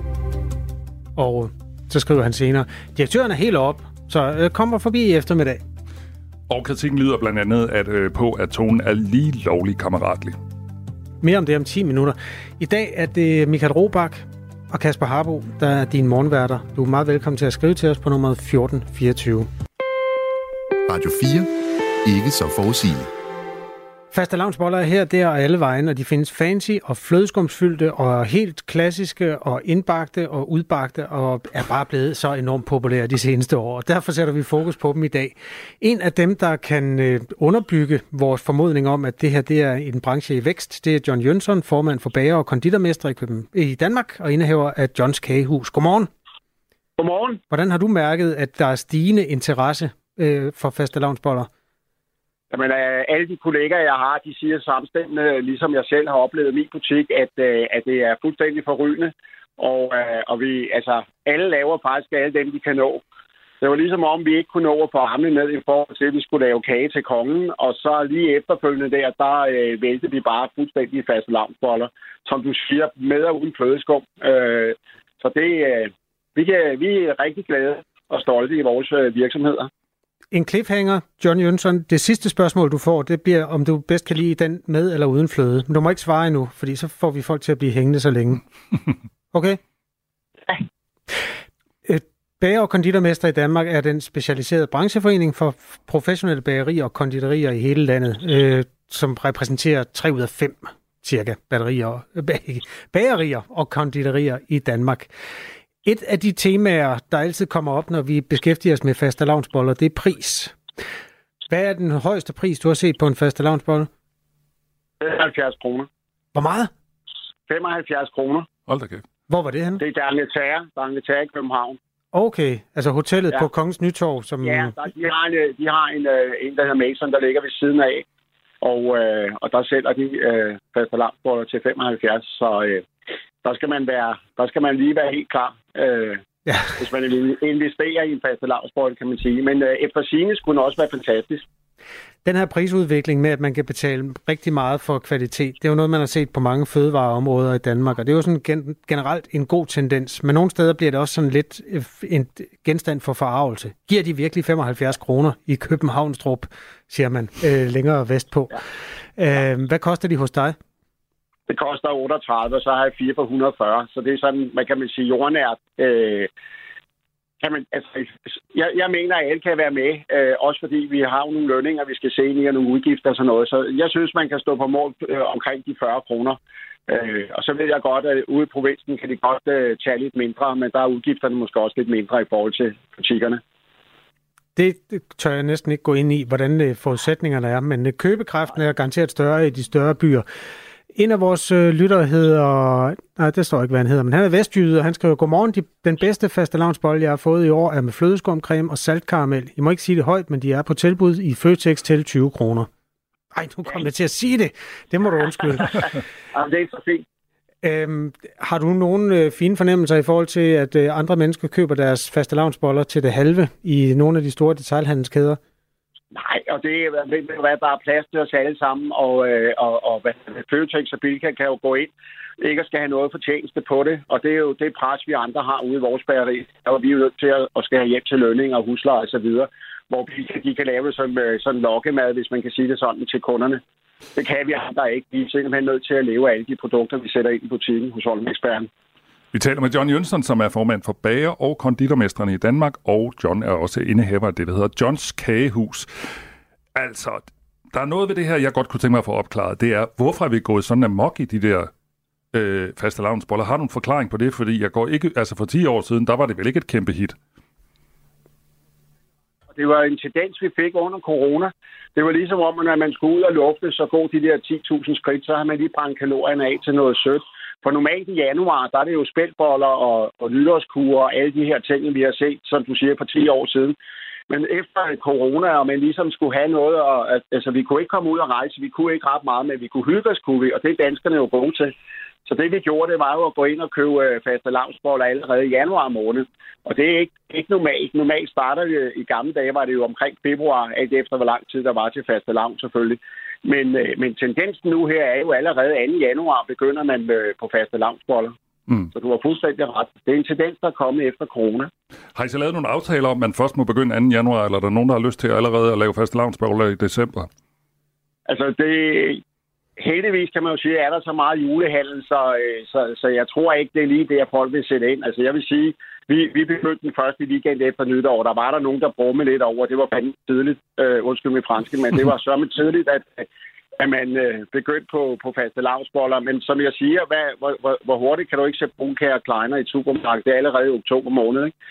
Og så skriver han senere: Direktøren er helt op, så kommer forbi i eftermiddag. Og kritikken lyder blandt andet på, at tonen er lige lovlig kammeratlig. Mere om det om 10 minutter. I dag er det Michael Robach og Kasper Harbo, der er dine morgenværter. Du er meget velkommen til at skrive til os på nummer 1424. Radio 4. Ikke så forudsigende. Fastelavnsboller er her, der og alle vejen, og de findes fancy og flødeskumsfyldte og helt klassiske og indbagte og udbagte og er bare blevet så enormt populære de seneste år. Og derfor sætter vi fokus på dem i dag. En af dem, der kan underbygge vores formodning om, at det her det er en branche i vækst, det er John Jønsson, formand for bager- og konditormestre i Danmark og indehaver af Johns Kagehus. Godmorgen. Godmorgen. Hvordan har du mærket, at der er stigende interesse for fastelavnsboller? Jamen, alle de kollegaer, jeg har, de siger samstemmende, ligesom jeg selv har oplevet i min butik, at det er fuldstændig forrygende. Og vi, altså, alle laver faktisk alle dem, de kan nå. Det var ligesom om, vi ikke kunne nå at få armene ned i forhold til, at vi skulle lave kage til kongen. Og så lige efterfølgende der vælte vi bare fuldstændig fastelavnsboller, som du siger, med og uden flødeskum. Så det, vi er rigtig glade og stolte i vores virksomheder. En cliffhanger, John Jønsson. Det sidste spørgsmål, du får, det bliver, om du bedst kan lide den med eller uden fløde. Men du må ikke svare endnu, fordi så får vi folk til at blive hængende så længe. Okay? Bager- og konditormestre i Danmark er den specialiserede brancheforening for professionelle bagerier og konditorier i hele landet, som repræsenterer 3 ud af 5 cirka bagerier og konditorier i Danmark. Et af de temaer, der altid kommer op, når vi beskæftiger os med fastelavnsboller, det er pris. Hvad er den højeste pris, du har set på en fastelavnsbolle? 75 kroner. Hvor meget? 75 kroner. Hold da kæft. Hvor var det henne? Det er D'Angleterre i København. Okay, altså hotellet på Kongens Nytorv, som... Ja, de har en, der hedder Mason, der ligger ved siden af. Og der sælger de fastelavnsboller til 75, så... Der skal man lige være helt klar, hvis man investerer i en fastelavnsbolle, kan man sige. Men efter sigende skulle den også være fantastisk. Den her prisudvikling med, at man kan betale rigtig meget for kvalitet, det er jo noget, man har set på mange fødevareområder i Danmark, og det er jo sådan generelt en god tendens. Men nogle steder bliver det også sådan lidt en genstand for forarvelse. Giver de virkelig 75 kroner i Københavnstrup, siger man, længere vestpå. Ja. Hvad koster de hos dig? Det koster 38, og så har jeg 4 for 140. Så det er sådan, man kan sige, jordnært. Jeg mener, at alle kan være med. Også fordi vi har nogle lønninger, vi skal se ind i, og nogle udgifter og sådan noget. Så jeg synes, man kan stå på mål omkring de 40 kroner. Og så ved jeg godt, at ude i provinsen kan de godt tage lidt mindre, men der er udgifterne måske også lidt mindre i forhold til butikkerne. Det tør jeg næsten ikke gå ind i, hvordan forudsætningerne er, men købekraften er garanteret større i de større byer. En af vores lyttere hedder... Nej, det står ikke, hvad han hedder, men han er vestjyde, og han skriver: Godmorgen, den bedste fastelavnsbolle, jeg har fået i år, er med flødeskumcreme og saltkaramel. I må ikke sige det højt, men de er på tilbud i Føtex til 20 kroner. Ej, nu kom jeg til at sige det. Det må du undskylde. Jamen, det er så fint. Har du nogle fine fornemmelser i forhold til, at andre mennesker køber deres fastelavnsboller til det halve i nogle af de store detailhandelskæder? Nej, og det er, hvad der er plads til os alle sammen, og Føtex og Bilka kan jo gå ind, ikke at skal have noget fortjeneste på det, og det er jo det pres, vi andre har ude i vores bageri, og vi er jo nødt til at skal have hjælp til lønning og husleje og så videre, hvor de kan lave sådan lokkemad, hvis man kan sige det sådan, til kunderne. Det kan vi andre ikke. Vi er simpelthen nødt til at leve af alle de produkter, vi sætter ind i butikken hos Holm Eksperten. Vi taler med John Jønsson, som er formand for Bager- og Konditormestrene i Danmark, og John er også indehaver af det, der hedder Johns Kagehus. Altså, der er noget ved det her, jeg godt kunne tænke mig at få opklaret. Det er, hvorfor er vi gået sådan amok i de der fastelavnsboller? Har du en forklaring på det? Fordi jeg går ikke, altså for 10 år siden, der var det vel ikke et kæmpe hit? Det var en tendens, vi fik under corona. Det var ligesom om, at når man skulle ud og lufte, så gå de der 10.000 skridt, så har man lige brændt kalorierne af til noget sødt. For normalt i januar, der er det jo spæltboller og nytårskurer og alle de her ting, vi har set, som du siger, for 10 år siden. Men efter corona, og man ligesom skulle have noget, altså vi kunne ikke komme ud og rejse, vi kunne ikke ret meget, men vi kunne hygge os, kunne vi, og det er danskerne jo gode til. Så det vi gjorde, det var jo at gå ind og købe fastelavnsboller allerede i januar måned. Og det er ikke normalt. Normalt starter det, i gamle dage var det jo omkring februar, alt efter hvor lang tid der var til fastelavn selvfølgelig. Men tendensen nu her er jo allerede 2. januar begynder man på fastelavnsboller. Så du har fuldstændig ret. Det er en tendens, der er kommet efter corona. Har I så lavet nogle aftaler om, at man først må begynde 2. januar, eller er der nogen, der har lyst til allerede at lave fastelavnsboller i december? Altså heldigvis kan man jo sige, at er der så meget julehandel, så jeg tror ikke, det er lige det, at folk vil sætte ind. Altså jeg vil sige, vi begyndte den første weekend efter nytår, der var der nogen, der brummede lidt over. Det var fandme tidligt, undskyld mit franske, men det var så tidligt, at man begyndte på fastelavnsboller. Men som jeg siger, hvor hurtigt kan du ikke sætte brunkager og kleiner i et supermarked? Det er allerede i oktober måned, ikke?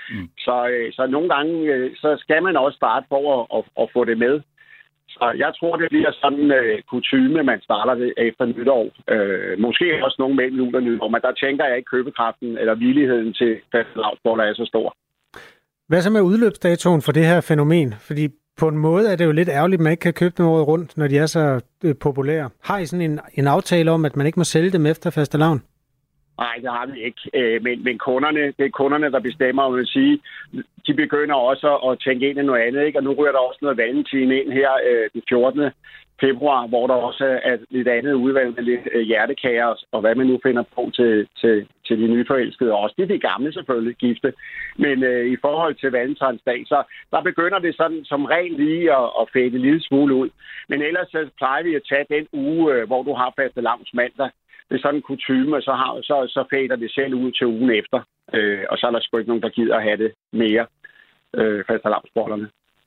Så nogle gange så skal man også starte for at få det med. Så jeg tror, det bliver sådan kutyme, man starter det efter nytår. Måske også nogen mellem jul og nytår, men der tænker jeg ikke, købekraften eller villigheden til fastelavnsboller er så stor. Hvad så med udløbsdatoen for det her fænomen? Fordi på en måde er det jo lidt ærgerligt, at man ikke kan købe dem året rundt, når de er så populære. Har I sådan en aftale om, at man ikke må sælge dem efter fastelavn? Nej, det har vi ikke. Men kunderne, det er kunderne, der bestemmer, og vil sige, de begynder også at tænke ind i noget andet, ikke? Og nu ryger der også noget valentin ind her den 14. februar, hvor der også er lidt andet udvalg med lidt hjertekager, og hvad man nu finder på til de nyforelskede, og også de gamle selvfølgelig, gifte. Men i forhold til valentinsdag, så der begynder det sådan som regel lige at fade en lille smule ud. Men ellers så plejer vi at tage den uge, hvor du har fastelavnsmandag. Det er sådan en kutyme, og så fader det selv ud til ugen efter. Og så er der sgu ikke nogen, der gider at have det mere, fastelavnsbollerne.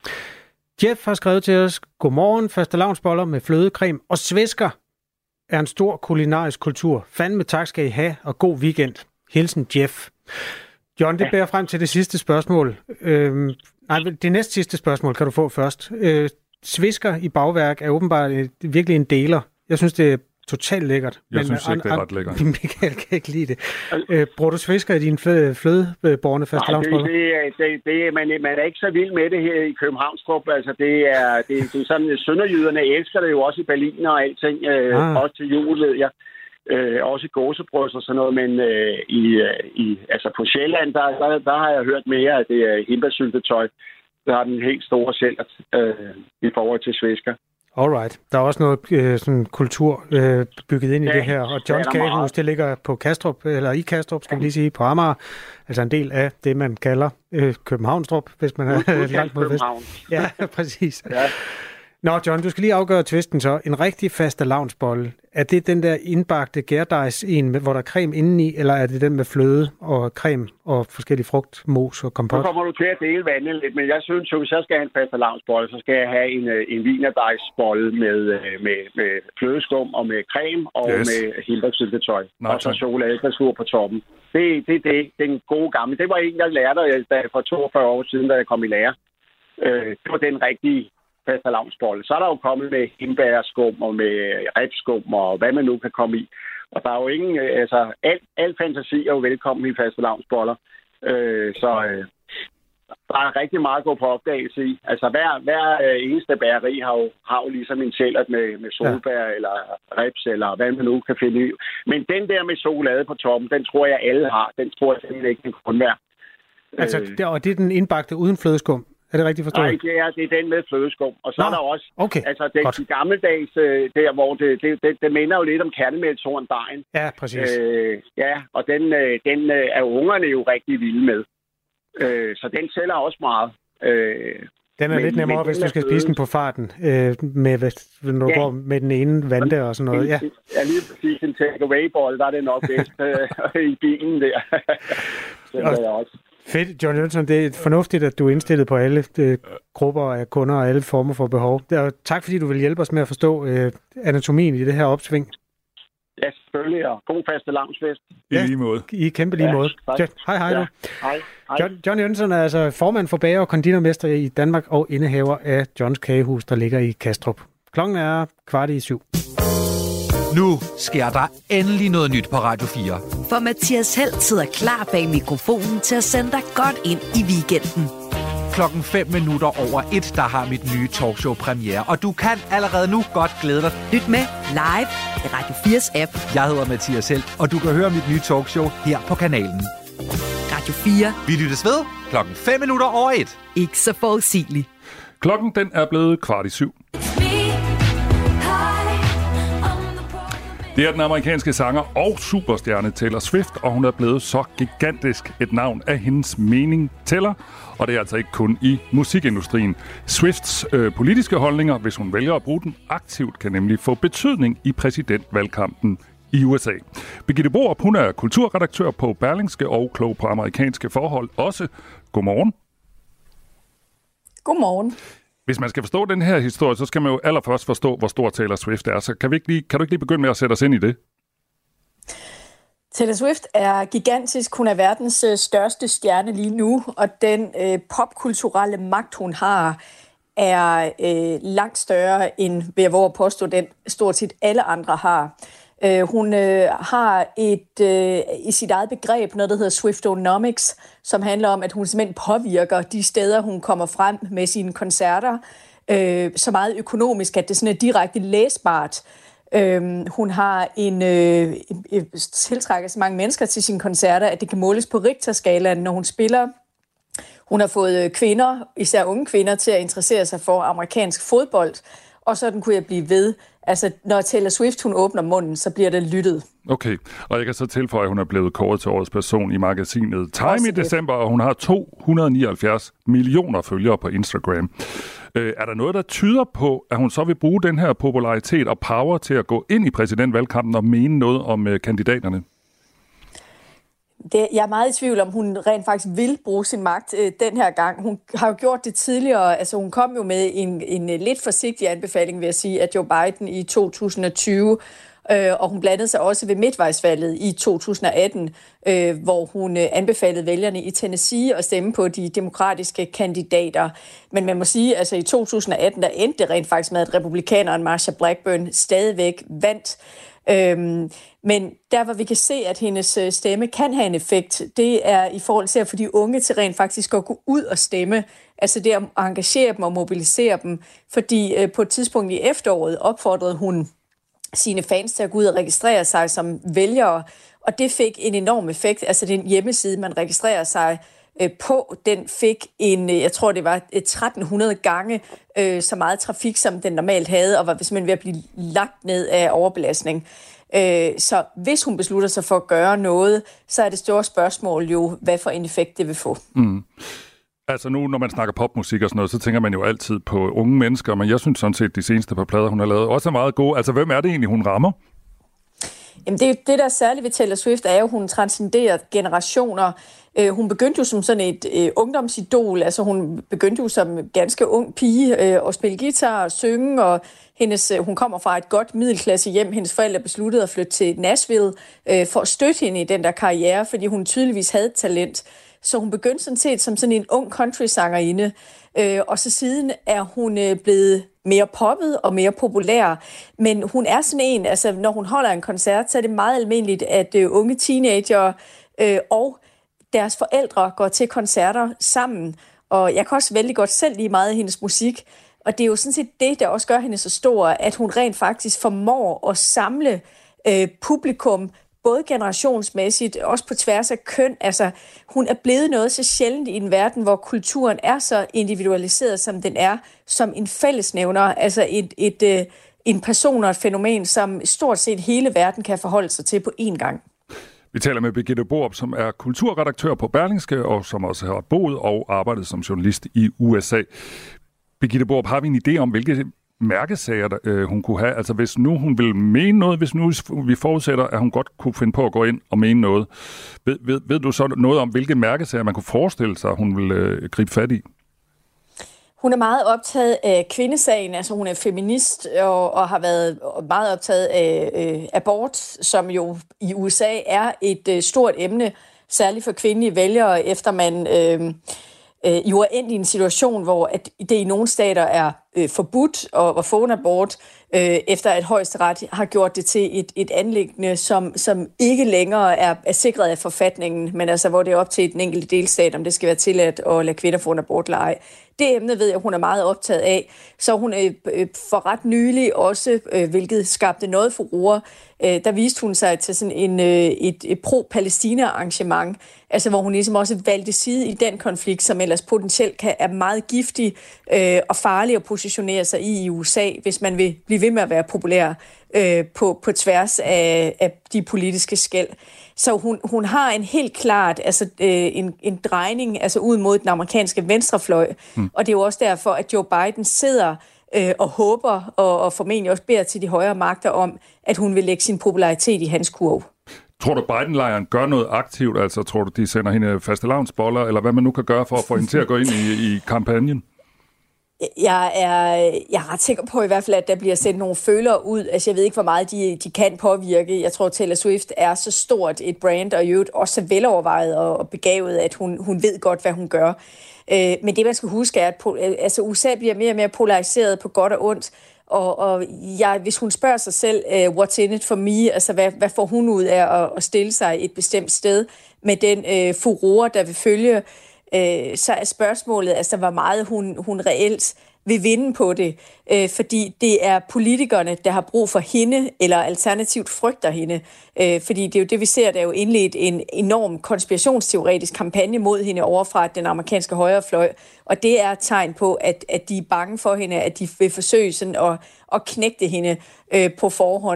Jeff har skrevet til os, godmorgen, fastelavnsboller med flødecreme og svæsker er en stor kulinarisk kultur. Fandme tak skal I have, og god weekend. Hilsen Jeff. John, det bærer frem til det sidste spørgsmål. Det næst sidste spørgsmål kan du få først. Svæsker i bagværk er åbenbart virkelig en deler. Jeg synes, det er totalt lækkert. Jeg synes ikke, det er ret lækkert. Michael kan ikke lide det. Bruger du svæsker i dine flødebårne fastelavnsboller? Nej, man er ikke så vild med det her i Københavnstrup. Altså, det er sådan, sønderjyderne elsker det jo også i Berlin og alting. Også til jul, ved jeg. Også gåsebryst og sådan noget, men altså på Sjælland, der har jeg hørt mere, at det er hindbærsyltetøj. Der har den helt store sælger i forhold til svæsker. Alright. Der er også noget sådan kultur bygget ind i det her. Og Johns Kagehus, det ligger på Kastrup, eller i Kastrup, skal vi lige sige, på Amager. Altså en del af det, man kalder Københavnstrup, hvis man er langt mod vest. Ja, præcis. Ja. Nå, John, du skal lige afgøre tvisten så. En rigtig fastelavnsbolle, er det den der indbagte gærdejs hvor der er creme indeni, eller er det den med fløde og creme og forskellige frugt, mos og kompot? Så kommer du til at dele vandet lidt, men jeg synes jo, hvis jeg skal have en fastelavnsbolle, så skal jeg have en wienerdegsbolle med flødeskum og med creme og med hindbærsyltetøj. Og så chokoladeglasur på toppen. Det er den gode gamle. Det var en, jeg lærte for 42 år siden, da jeg kom i lære. Det var den rigtige fastelavnsbolle. Så er der jo kommet med hindbærskum og med ribskum og hvad man nu kan komme i. Og der er jo ingen, al fantasi er jo velkommen i fastelavnsboller. Så der er rigtig meget at gå på opdagelse i. Altså hver eneste bageri har jo ligesom en sælger med solbær eller ribs eller hvad man nu kan finde i. Men den der med chokolade på toppen, den tror jeg alle har. Den tror jeg simpelthen ikke kan kun være. Altså, og det er den indbagte uden flødeskum? Er det rigtigt forstået? Nej, det er den med flødeskum. Og så er der også, de gammeldags, der hvor det minder jo lidt om kernemælshorndejen. Ja, præcis. Og den er ungerne jo rigtig vilde med. Så den sælger også meget. Den er lidt nemmere, hvis du skal spise den på farten, når du går med den ene vante og sådan noget. Ja, lige præcis. En take-away-bold, der er det nok bedst i bilen der. Det er også. Fedt, John Jønsson. Det er fornuftigt, at du er indstillet på alle grupper af kunder og alle former for behov. Tak fordi du vil hjælpe os med at forstå anatomien i det her opsving. Ja, selvfølgelig, og god fastelavnsfest. I lige måde. I kæmpe lige måde. Hej du. Hej. John Jønsson er altså formand for bager- og konditormester i Danmark og indehaver af Johns Kagehus, der ligger i Kastrup. Klokken er 6:15. Nu sker der endelig noget nyt på Radio 4. For Mathias Helt sidder klar bag mikrofonen til at sende dig godt ind i weekenden. 1:05, der har mit nye talkshow premiere, og du kan allerede nu godt glæde dig. Lyt med live i Radio 4's app. Jeg hedder Mathias Helt, og du kan høre mit nye talkshow her på kanalen. Radio 4. Vi lyttes ved 1:05. Ikke så forudsigeligt. Klokken den er blevet 6:15. Det er den amerikanske sanger og superstjerne Taylor Swift, og hun er blevet så gigantisk et navn, at hendes mening tæller. Og det er altså ikke kun i musikindustrien. Swifts politiske holdninger, hvis hun vælger at bruge dem aktivt, kan nemlig få betydning i præsidentvalgkampen i USA. Birgitte Borup, hun er kulturredaktør på Berlingske og klog på amerikanske forhold også. Godmorgen. Godmorgen. Hvis man skal forstå den her historie, så skal man jo allerførst forstå, hvor stor Taylor Swift er. Så kan du ikke lige begynde med at sætte os ind i det? Taylor Swift er gigantisk. Hun er verdens største stjerne lige nu, og den popkulturelle magt, hun har, er langt større end, vil jeg våge at påstå, den stort set alle andre har. Hun har i sit eget begreb noget, der hedder Swiftonomics, som handler om, at hun simpelthen påvirker de steder, hun kommer frem med sine koncerter, så meget økonomisk, at det sådan er direkte læsbart. Hun har tiltrækker så mange mennesker til sine koncerter, at det kan måles på Richterskalaen, når hun spiller. Hun har fået kvinder, især unge kvinder, til at interessere sig for amerikansk fodbold, og sådan kunne jeg blive ved. Altså, når Taylor Swift hun åbner munden, så bliver det lyttet. Okay, og jeg kan så tilføje, at hun er blevet kåret til årets person i magasinet Time i december, og hun har 279 millioner følgere på Instagram. Er der noget, der tyder på, at hun så vil bruge den her popularitet og power til at gå ind i præsidentvalgkampen og mene noget om kandidaterne? Jeg er meget i tvivl om, hun rent faktisk vil bruge sin magt den her gang. Hun har jo gjort det tidligere. Altså, hun kom jo med en lidt forsigtig anbefaling, vil jeg sige, af Joe Biden i 2020. Og hun blandede sig også ved midtvejsvalget i 2018, hvor hun anbefalede vælgerne i Tennessee at stemme på de demokratiske kandidater. Men man må sige, altså i 2018, der endte det rent faktisk med, at republikaneren Marsha Blackburn stadigvæk vandt. Men der, hvor vi kan se, at hendes stemme kan have en effekt, det er i forhold til at få de unge til rent faktisk at gå ud og stemme. Altså det at engagere dem og mobilisere dem. Fordi på et tidspunkt i efteråret opfordrede hun sine fans til at gå ud og registrere sig som vælgere, og det fik en enorm effekt. Altså den hjemmeside, man registrerer sig på, den fik jeg tror det var 1300 gange så meget trafik, som den normalt havde, og var simpelthen ved at blive lagt ned af overbelastning. Så hvis hun beslutter sig for at gøre noget, så er det store spørgsmål jo, hvad for en effekt det vil få. Mm. Altså nu, når man snakker popmusik og sådan noget, så tænker man jo altid på unge mennesker, men jeg synes sådan set, de seneste par plader, hun har lavet, også er meget gode. Altså, hvem er det egentlig, hun rammer? Jamen, det der er særligt ved Taylor Swift, er jo, at hun transcenderer generationer. Hun begyndte jo som sådan et ungdomsidol. Altså, hun begyndte jo som ganske ung pige at spille guitar og synge, og hun kommer fra et godt middelklasse hjem. Hendes forældre besluttede at flytte til Nashville for at støtte hende i den der karriere, fordi hun tydeligvis havde talent. Så hun begyndte sådan set som sådan en ung country-sangerinde, og så siden er hun blevet mere poppet og mere populær. Men hun er sådan en, altså når hun holder en koncert, så er det meget almindeligt, at unge teenager og deres forældre går til koncerter sammen. Og jeg kan også vældig godt selv lide meget af hendes musik. Og det er jo sådan set det, der også gør hende så stor, at hun rent faktisk formår at samle publikum, både generationsmæssigt, også på tværs af køn. Altså, hun er blevet noget så sjældent i en verden, hvor kulturen er så individualiseret, som den er, som en fællesnævner, altså en person og et fænomen, som stort set hele verden kan forholde sig til på én gang. Vi taler med Birgitte Borup, som er kulturredaktør på Berlingske, og som også har boet og arbejdet som journalist i USA. Birgitte Borup, har vi en idé om, hvilke mærkesager hun kunne have? Altså hvis nu hun vil mene noget, hvis nu vi forudsætter, at hun godt kunne finde på at gå ind og mene noget. Ved du så noget om, hvilke mærkesager man kunne forestille sig, hun vil gribe fat i? Hun er meget optaget af kvindesagen, altså hun er feminist og har været meget optaget af abort, som jo i USA er et stort emne, særligt for kvindelige vælgere, efter man jo er endt i en situation, hvor at det i nogle stater er forbudt at få en abort, efter at Højesteret har gjort det til et anliggende, som ikke længere er sikret af forfatningen, men altså hvor det er op til den enkelte delstat, om det skal være tilladt at lade kvinder få en abort eller ej. Det emne ved jeg, hun er meget optaget af. Så hun for ret nylig også, hvilket skabte noget furore, der viste hun sig til sådan et pro-Palæstina-arrangement, altså hvor hun ligesom også valgte side i den konflikt, som ellers potentielt er meget giftig og farlig at positionere sig i USA, hvis man vil blive ved med at være populær på tværs af de politiske skel. Så hun har en helt klart en drejning altså ud mod den amerikanske venstrefløj, og det er jo også derfor, at Joe Biden sidder og håber og formentlig også beder til de højere magter om, at hun vil lægge sin popularitet i hans kurv. Tror du, Biden-lejren gør noget aktivt? Altså tror du, de sender hende fastelavnsboller, eller hvad man nu kan gøre for at få hende til at gå ind i kampagnen? Jeg er ret sikker på i hvert fald, at der bliver sendt nogle følere ud. Altså jeg ved ikke, hvor meget de kan påvirke. Jeg tror, Taylor Swift er så stort et brand, og i øvrigt også så velovervejet og begavet, at hun ved godt, hvad hun gør. Men det, man skal huske, er, at USA bliver mere og mere polariseret på godt og ondt. Og hvis hun spørger sig selv, what's in it for me, altså hvad får hun ud af at stille sig et bestemt sted med den furore, der vil følge, så er spørgsmålet, altså hvor meget hun reelt vil vinde på det, fordi det er politikerne, der har brug for hende, eller alternativt frygter hende, fordi det er jo det, vi ser, der er jo indledt en enorm konspirationsteoretisk kampagne mod hende overfra den amerikanske højrefløj, og det er et tegn på, at de er bange for hende, at de vil forsøge sådan at knægte hende på forhånd.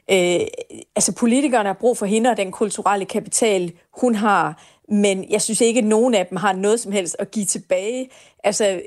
Altså politikerne har brug for hende og den kulturelle kapital, hun har, men jeg synes ikke, at nogen af dem har noget som helst at give tilbage. Altså,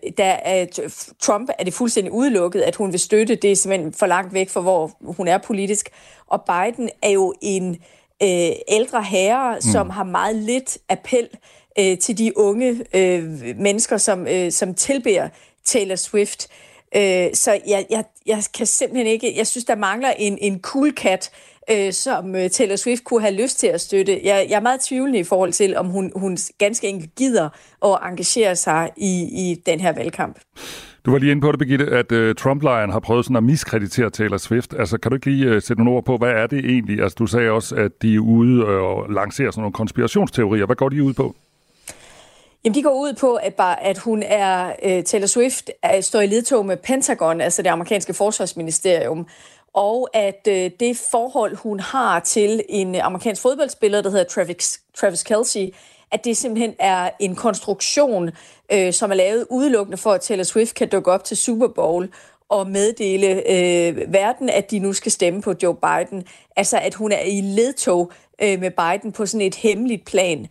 Trump er det fuldstændig udelukket, at hun vil støtte. Det er simpelthen for langt væk fra, hvor hun er politisk. Og Biden er jo en ældre herre, som har meget lidt appel til de unge mennesker, som tilbeder Taylor Swift. Så jeg kan simpelthen ikke... Jeg synes, der mangler en cool cat, som Taylor Swift kunne have lyst til at støtte. Jeg er meget tvivlende i forhold til, om hun ganske enkelt gider at engagere sig i den her valgkamp. Du var lige inde på det, Birgitte, at Trump-lejren har prøvet sådan at miskreditere Taylor Swift. Altså, kan du ikke lige sætte nogle ord på, hvad er det egentlig? Altså, du sagde også, at de er ude og lancerer sådan nogle konspirationsteorier. Hvad går de ud på? Jamen, de går ud på, at hun Taylor Swift står i ledtog med Pentagon, altså det amerikanske forsvarsministerium, og at det forhold, hun har til en amerikansk fodboldspiller, der hedder Travis Kelce, at det simpelthen er en konstruktion, som er lavet udelukkende for, at Taylor Swift kan dukke op til Super Bowl og meddele verden, at de nu skal stemme på Joe Biden. Altså, at hun er i ledtog med Biden på sådan et hemmeligt plan.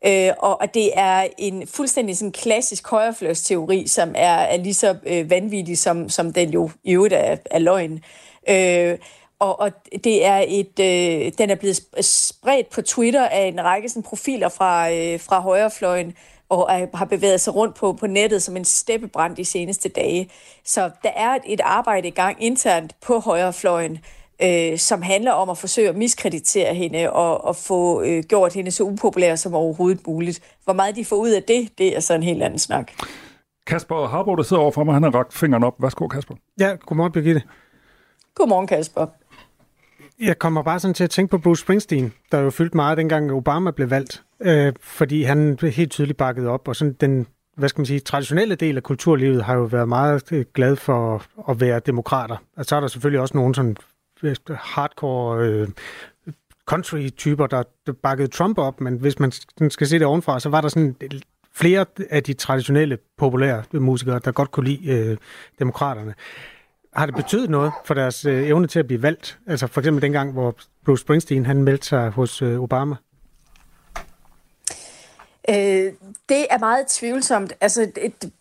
Og det er en fuldstændig sådan klassisk højrefløjsteori, som er lige så vanvittig, som den jo i øvrigt er løgn. Og det er den er blevet spredt på Twitter af en række sådan profiler fra højrefløjen, og har bevæget sig rundt på nettet som en steppebrand de seneste dage. Så der er et arbejde i gang internt på højrefløjen, som handler om at forsøge at miskreditere hende og få gjort hende så upopulær som overhovedet muligt. Hvor meget de får ud af det er så en helt anden snak. Kasper Harbo, der sidder overfor mig, han har rakt fingeren op. Værsgo, Kasper. Ja, godmorgen, Birgitte. Godmorgen, Kasper. Jeg kommer bare sådan til at tænke på Bruce Springsteen, der jo fyldte meget, dengang Obama blev valgt, fordi han blev helt tydeligt bakket op, og sådan den, traditionelle del af kulturlivet har jo været meget glad for at være demokrater. Og så er der selvfølgelig også nogle sådan hardcore country-typer, der bakkede Trump op, men hvis man skal se det ovenfra, så var der sådan flere af de traditionelle populære musikere, der godt kunne lide demokraterne. Har det betydet noget for deres evne til at blive valgt? Altså for eksempel dengang, hvor Bruce Springsteen han meldte sig hos Obama? Det er meget tvivlsomt. Altså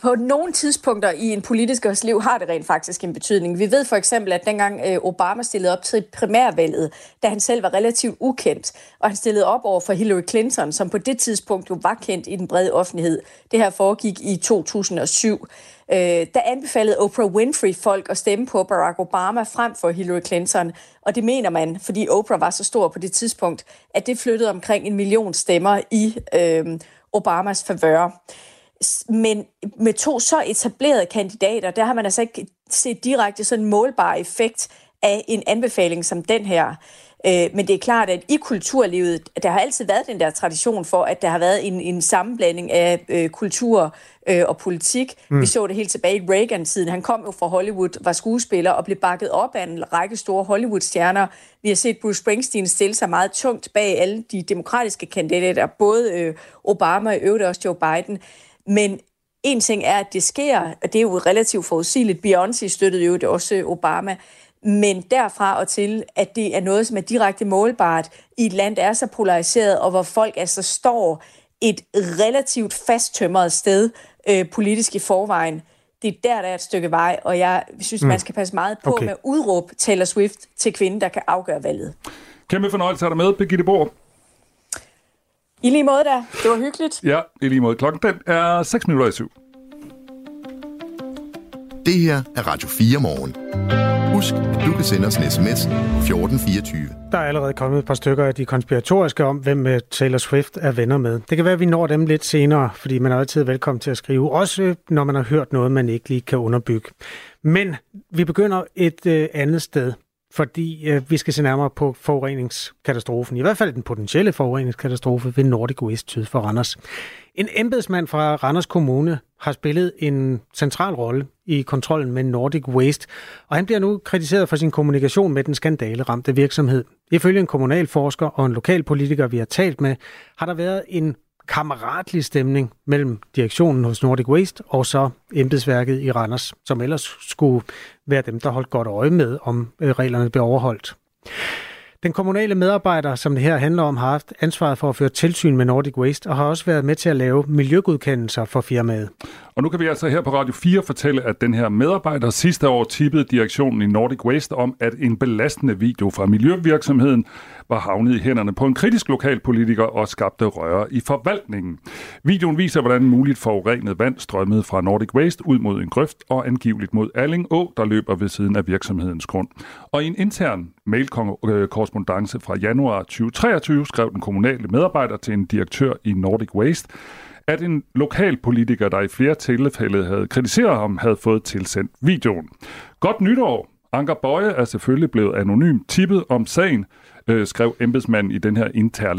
på nogle tidspunkter i en politikers liv har det rent faktisk en betydning. Vi ved for eksempel, at dengang Obama stillede op til primærvalget, da han selv var relativt ukendt, og han stillede op over for Hillary Clinton, som på det tidspunkt jo var kendt i den brede offentlighed. Det her foregik i 2007. Der anbefalede Oprah Winfrey folk at stemme på Barack Obama frem for Hillary Clinton. Og det mener man, fordi Oprah var så stor på det tidspunkt, at det flyttede omkring 1 million stemmer i Obamas favør. Men med 2 så etablerede kandidater, der har man altså ikke set direkte sådan en målbar effekt af en anbefaling som den her. Men det er klart, at i kulturlivet, der har altid været den der tradition for, at der har været en sammenblanding af kultur og politik. Vi så det helt tilbage i Reagan-tiden. Han kom jo fra Hollywood, var skuespiller og blev bakket op af en række store Hollywood-stjerner. Vi har set Bruce Springsteen stille sig meget tungt bag alle de demokratiske kandidater, både Obama og i øvrigt også Joe Biden. Men en ting er, at det sker, og det er jo relativt forudsigeligt. Beyoncé støttede jo det også Obama. Men derfra og til, at det er noget, som er direkte målbart i et land, der er så polariseret, og hvor folk altså står et relativt fasttømret sted politisk i forvejen. Det er der er et stykke vej, og jeg synes, man skal passe meget på med at udråbe Taylor Swift til kvinden, der kan afgøre valget. Kæmpe fornøjelse at have dig med, Birgitte Bohr. I lige måde da. Det var hyggeligt. Ja, i lige måde. Klokken den er 6:07. Det her er Radio 4 morgen. Husk, at du kan sende os en sms 1424. Der er allerede kommet et par stykker af de konspiratoriske om, hvem Taylor Swift er venner med. Det kan være, at vi når dem lidt senere, fordi man er altid velkommen til at skrive, også når man har hørt noget, man ikke lige kan underbygge. Men vi begynder et andet sted, fordi vi skal se nærmere på forureningskatastrofen, i hvert fald den potentielle forureningskatastrofe ved Nordic Waste syd for Randers. En embedsmand fra Randers Kommune har spillet en central rolle i kontrollen med Nordic Waste, og han bliver nu kritiseret for sin kommunikation med den skandaleramte virksomhed. Ifølge en kommunalforsker og en lokalpolitiker, vi har talt med, har der været en kammeratlig stemning mellem direktionen hos Nordic Waste og så embedsværket i Randers, som ellers skulle være dem, der holdt godt øje med, om reglerne blev overholdt. Den kommunale medarbejder, som det her handler om, har haft ansvaret for at føre tilsyn med Nordic Waste og har også været med til at lave miljøgodkendelser for firmaet. Og nu kan vi altså her på Radio 4 fortælle, at den her medarbejder sidste år tippede direktionen i Nordic Waste om, at en belastende video fra miljøvirksomheden var havnet i hænderne på en kritisk lokalpolitiker og skabte røre i forvaltningen. Videoen viser, hvordan muligt forurenet vand strømmede fra Nordic Waste ud mod en grøft og angiveligt mod Alling Å, der løber ved siden af virksomhedens grund. Og i en intern mailkorrespondance fra januar 2023 skrev den kommunale medarbejder til en direktør i Nordic Waste, at en lokalpolitiker, der i flere tilfælde havde kritiseret ham, havde fået tilsendt videoen. Godt nytår! Anker Bøje er selvfølgelig blevet anonymt tippet om sagen, skrev embedsmanden i den her interne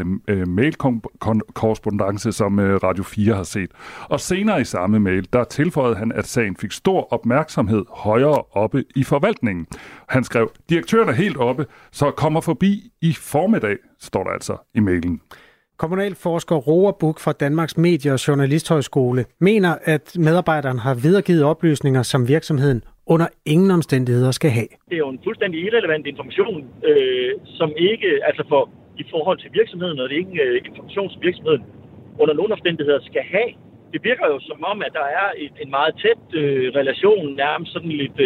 mail-korrespondance, som Radio 4 har set. Og senere i samme mail, der tilføjede han, at sagen fik stor opmærksomhed højere oppe i forvaltningen. Han skrev, direktøren er helt oppe, så kommer forbi i formiddag, står der altså i mailen. Kommunalforsker Roar Buch fra Danmarks Medie- og Journalisthøjskole mener, at medarbejderen har videregivet oplysninger, som virksomheden under ingen omstændigheder skal have. Det er jo en fuldstændig irrelevant information, som ikke, altså i forhold til virksomheden, og det er ikke information, som virksomheden under nogen omstændigheder skal have. Det virker jo som om, at der er en meget tæt relation, nærmest sådan lidt,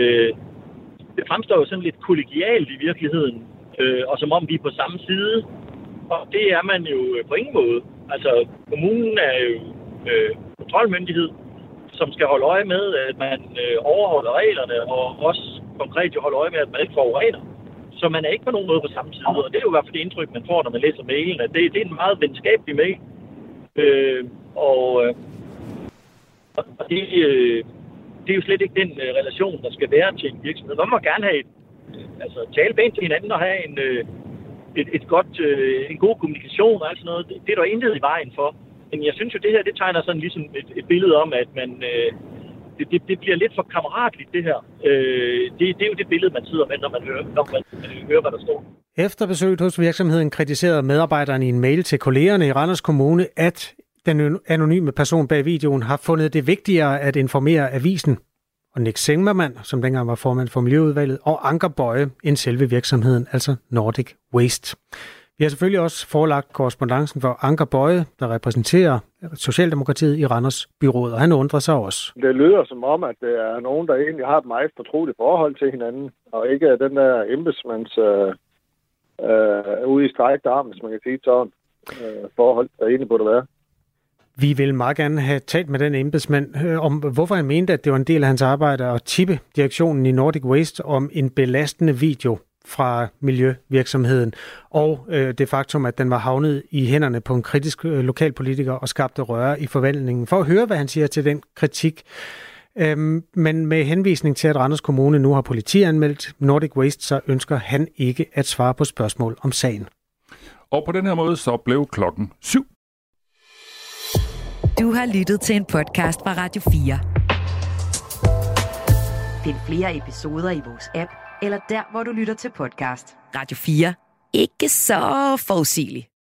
det fremstår jo sådan lidt kollegialt i virkeligheden, og som om vi er på samme side. Og det er man jo på ingen måde. Altså, kommunen er jo kontrolmyndighed, som skal holde øje med, at man overholder reglerne, og også konkret jo holde øje med, at man ikke forurener. Så man er ikke på nogen måde på samme side, og det er jo i hvert fald det indtryk, man får, når man læser mailen, at det er en meget venskabelig mail. Og det er jo slet ikke den relation, der skal være til en virksomhed. Man må gerne have tale pænt til hinanden og have en god kommunikation og alt sådan noget. Det er der intet i vejen for. Men jeg synes jo, det her, det tegner sådan ligesom et billede om, at man, det bliver lidt for kammeratligt, det her. Det er jo det billede, man sidder med, når man hører, hvad der står. Efter besøget hos virksomheden kritiserede medarbejderen i en mail til kollegerne i Randers Kommune, at den anonyme person bag videoen har fundet det vigtigere at informere avisen og Nick Zimmermann, som dengang var formand for Miljøudvalget, og Anker Bøje end selve virksomheden, altså Nordic Waste. Vi har selvfølgelig også forelagt korrespondancen for Anker Boye, der repræsenterer Socialdemokratiet i Randers byråd, og han undrer sig også. Det lyder som om, at det er nogen, der egentlig har et meget fortroligt forhold til hinanden, og ikke den der embedsmands ude i strækt arm, hvis man kan sige sådan, forhold, der egentlig burde være. Vi vil meget gerne have talt med den embedsmand om, hvorfor han mente, at det var en del af hans arbejde at tippe direktionen i Nordic Waste om en belastende video fra miljøvirksomheden, og det faktum, at den var havnet i hænderne på en kritisk lokalpolitiker og skabte røre i forvaltningen. For at høre, hvad han siger til den kritik. Men med henvisning til, at Randers Kommune nu har politianmeldt Nordic Waste, så ønsker han ikke at svare på spørgsmål om sagen. Og på den her måde så blev klokken 7. Du har lyttet til en podcast fra Radio 4. Find flere episoder i vores app, eller der, hvor du lytter til podcast. Radio 4. Ikke så forudsigeligt.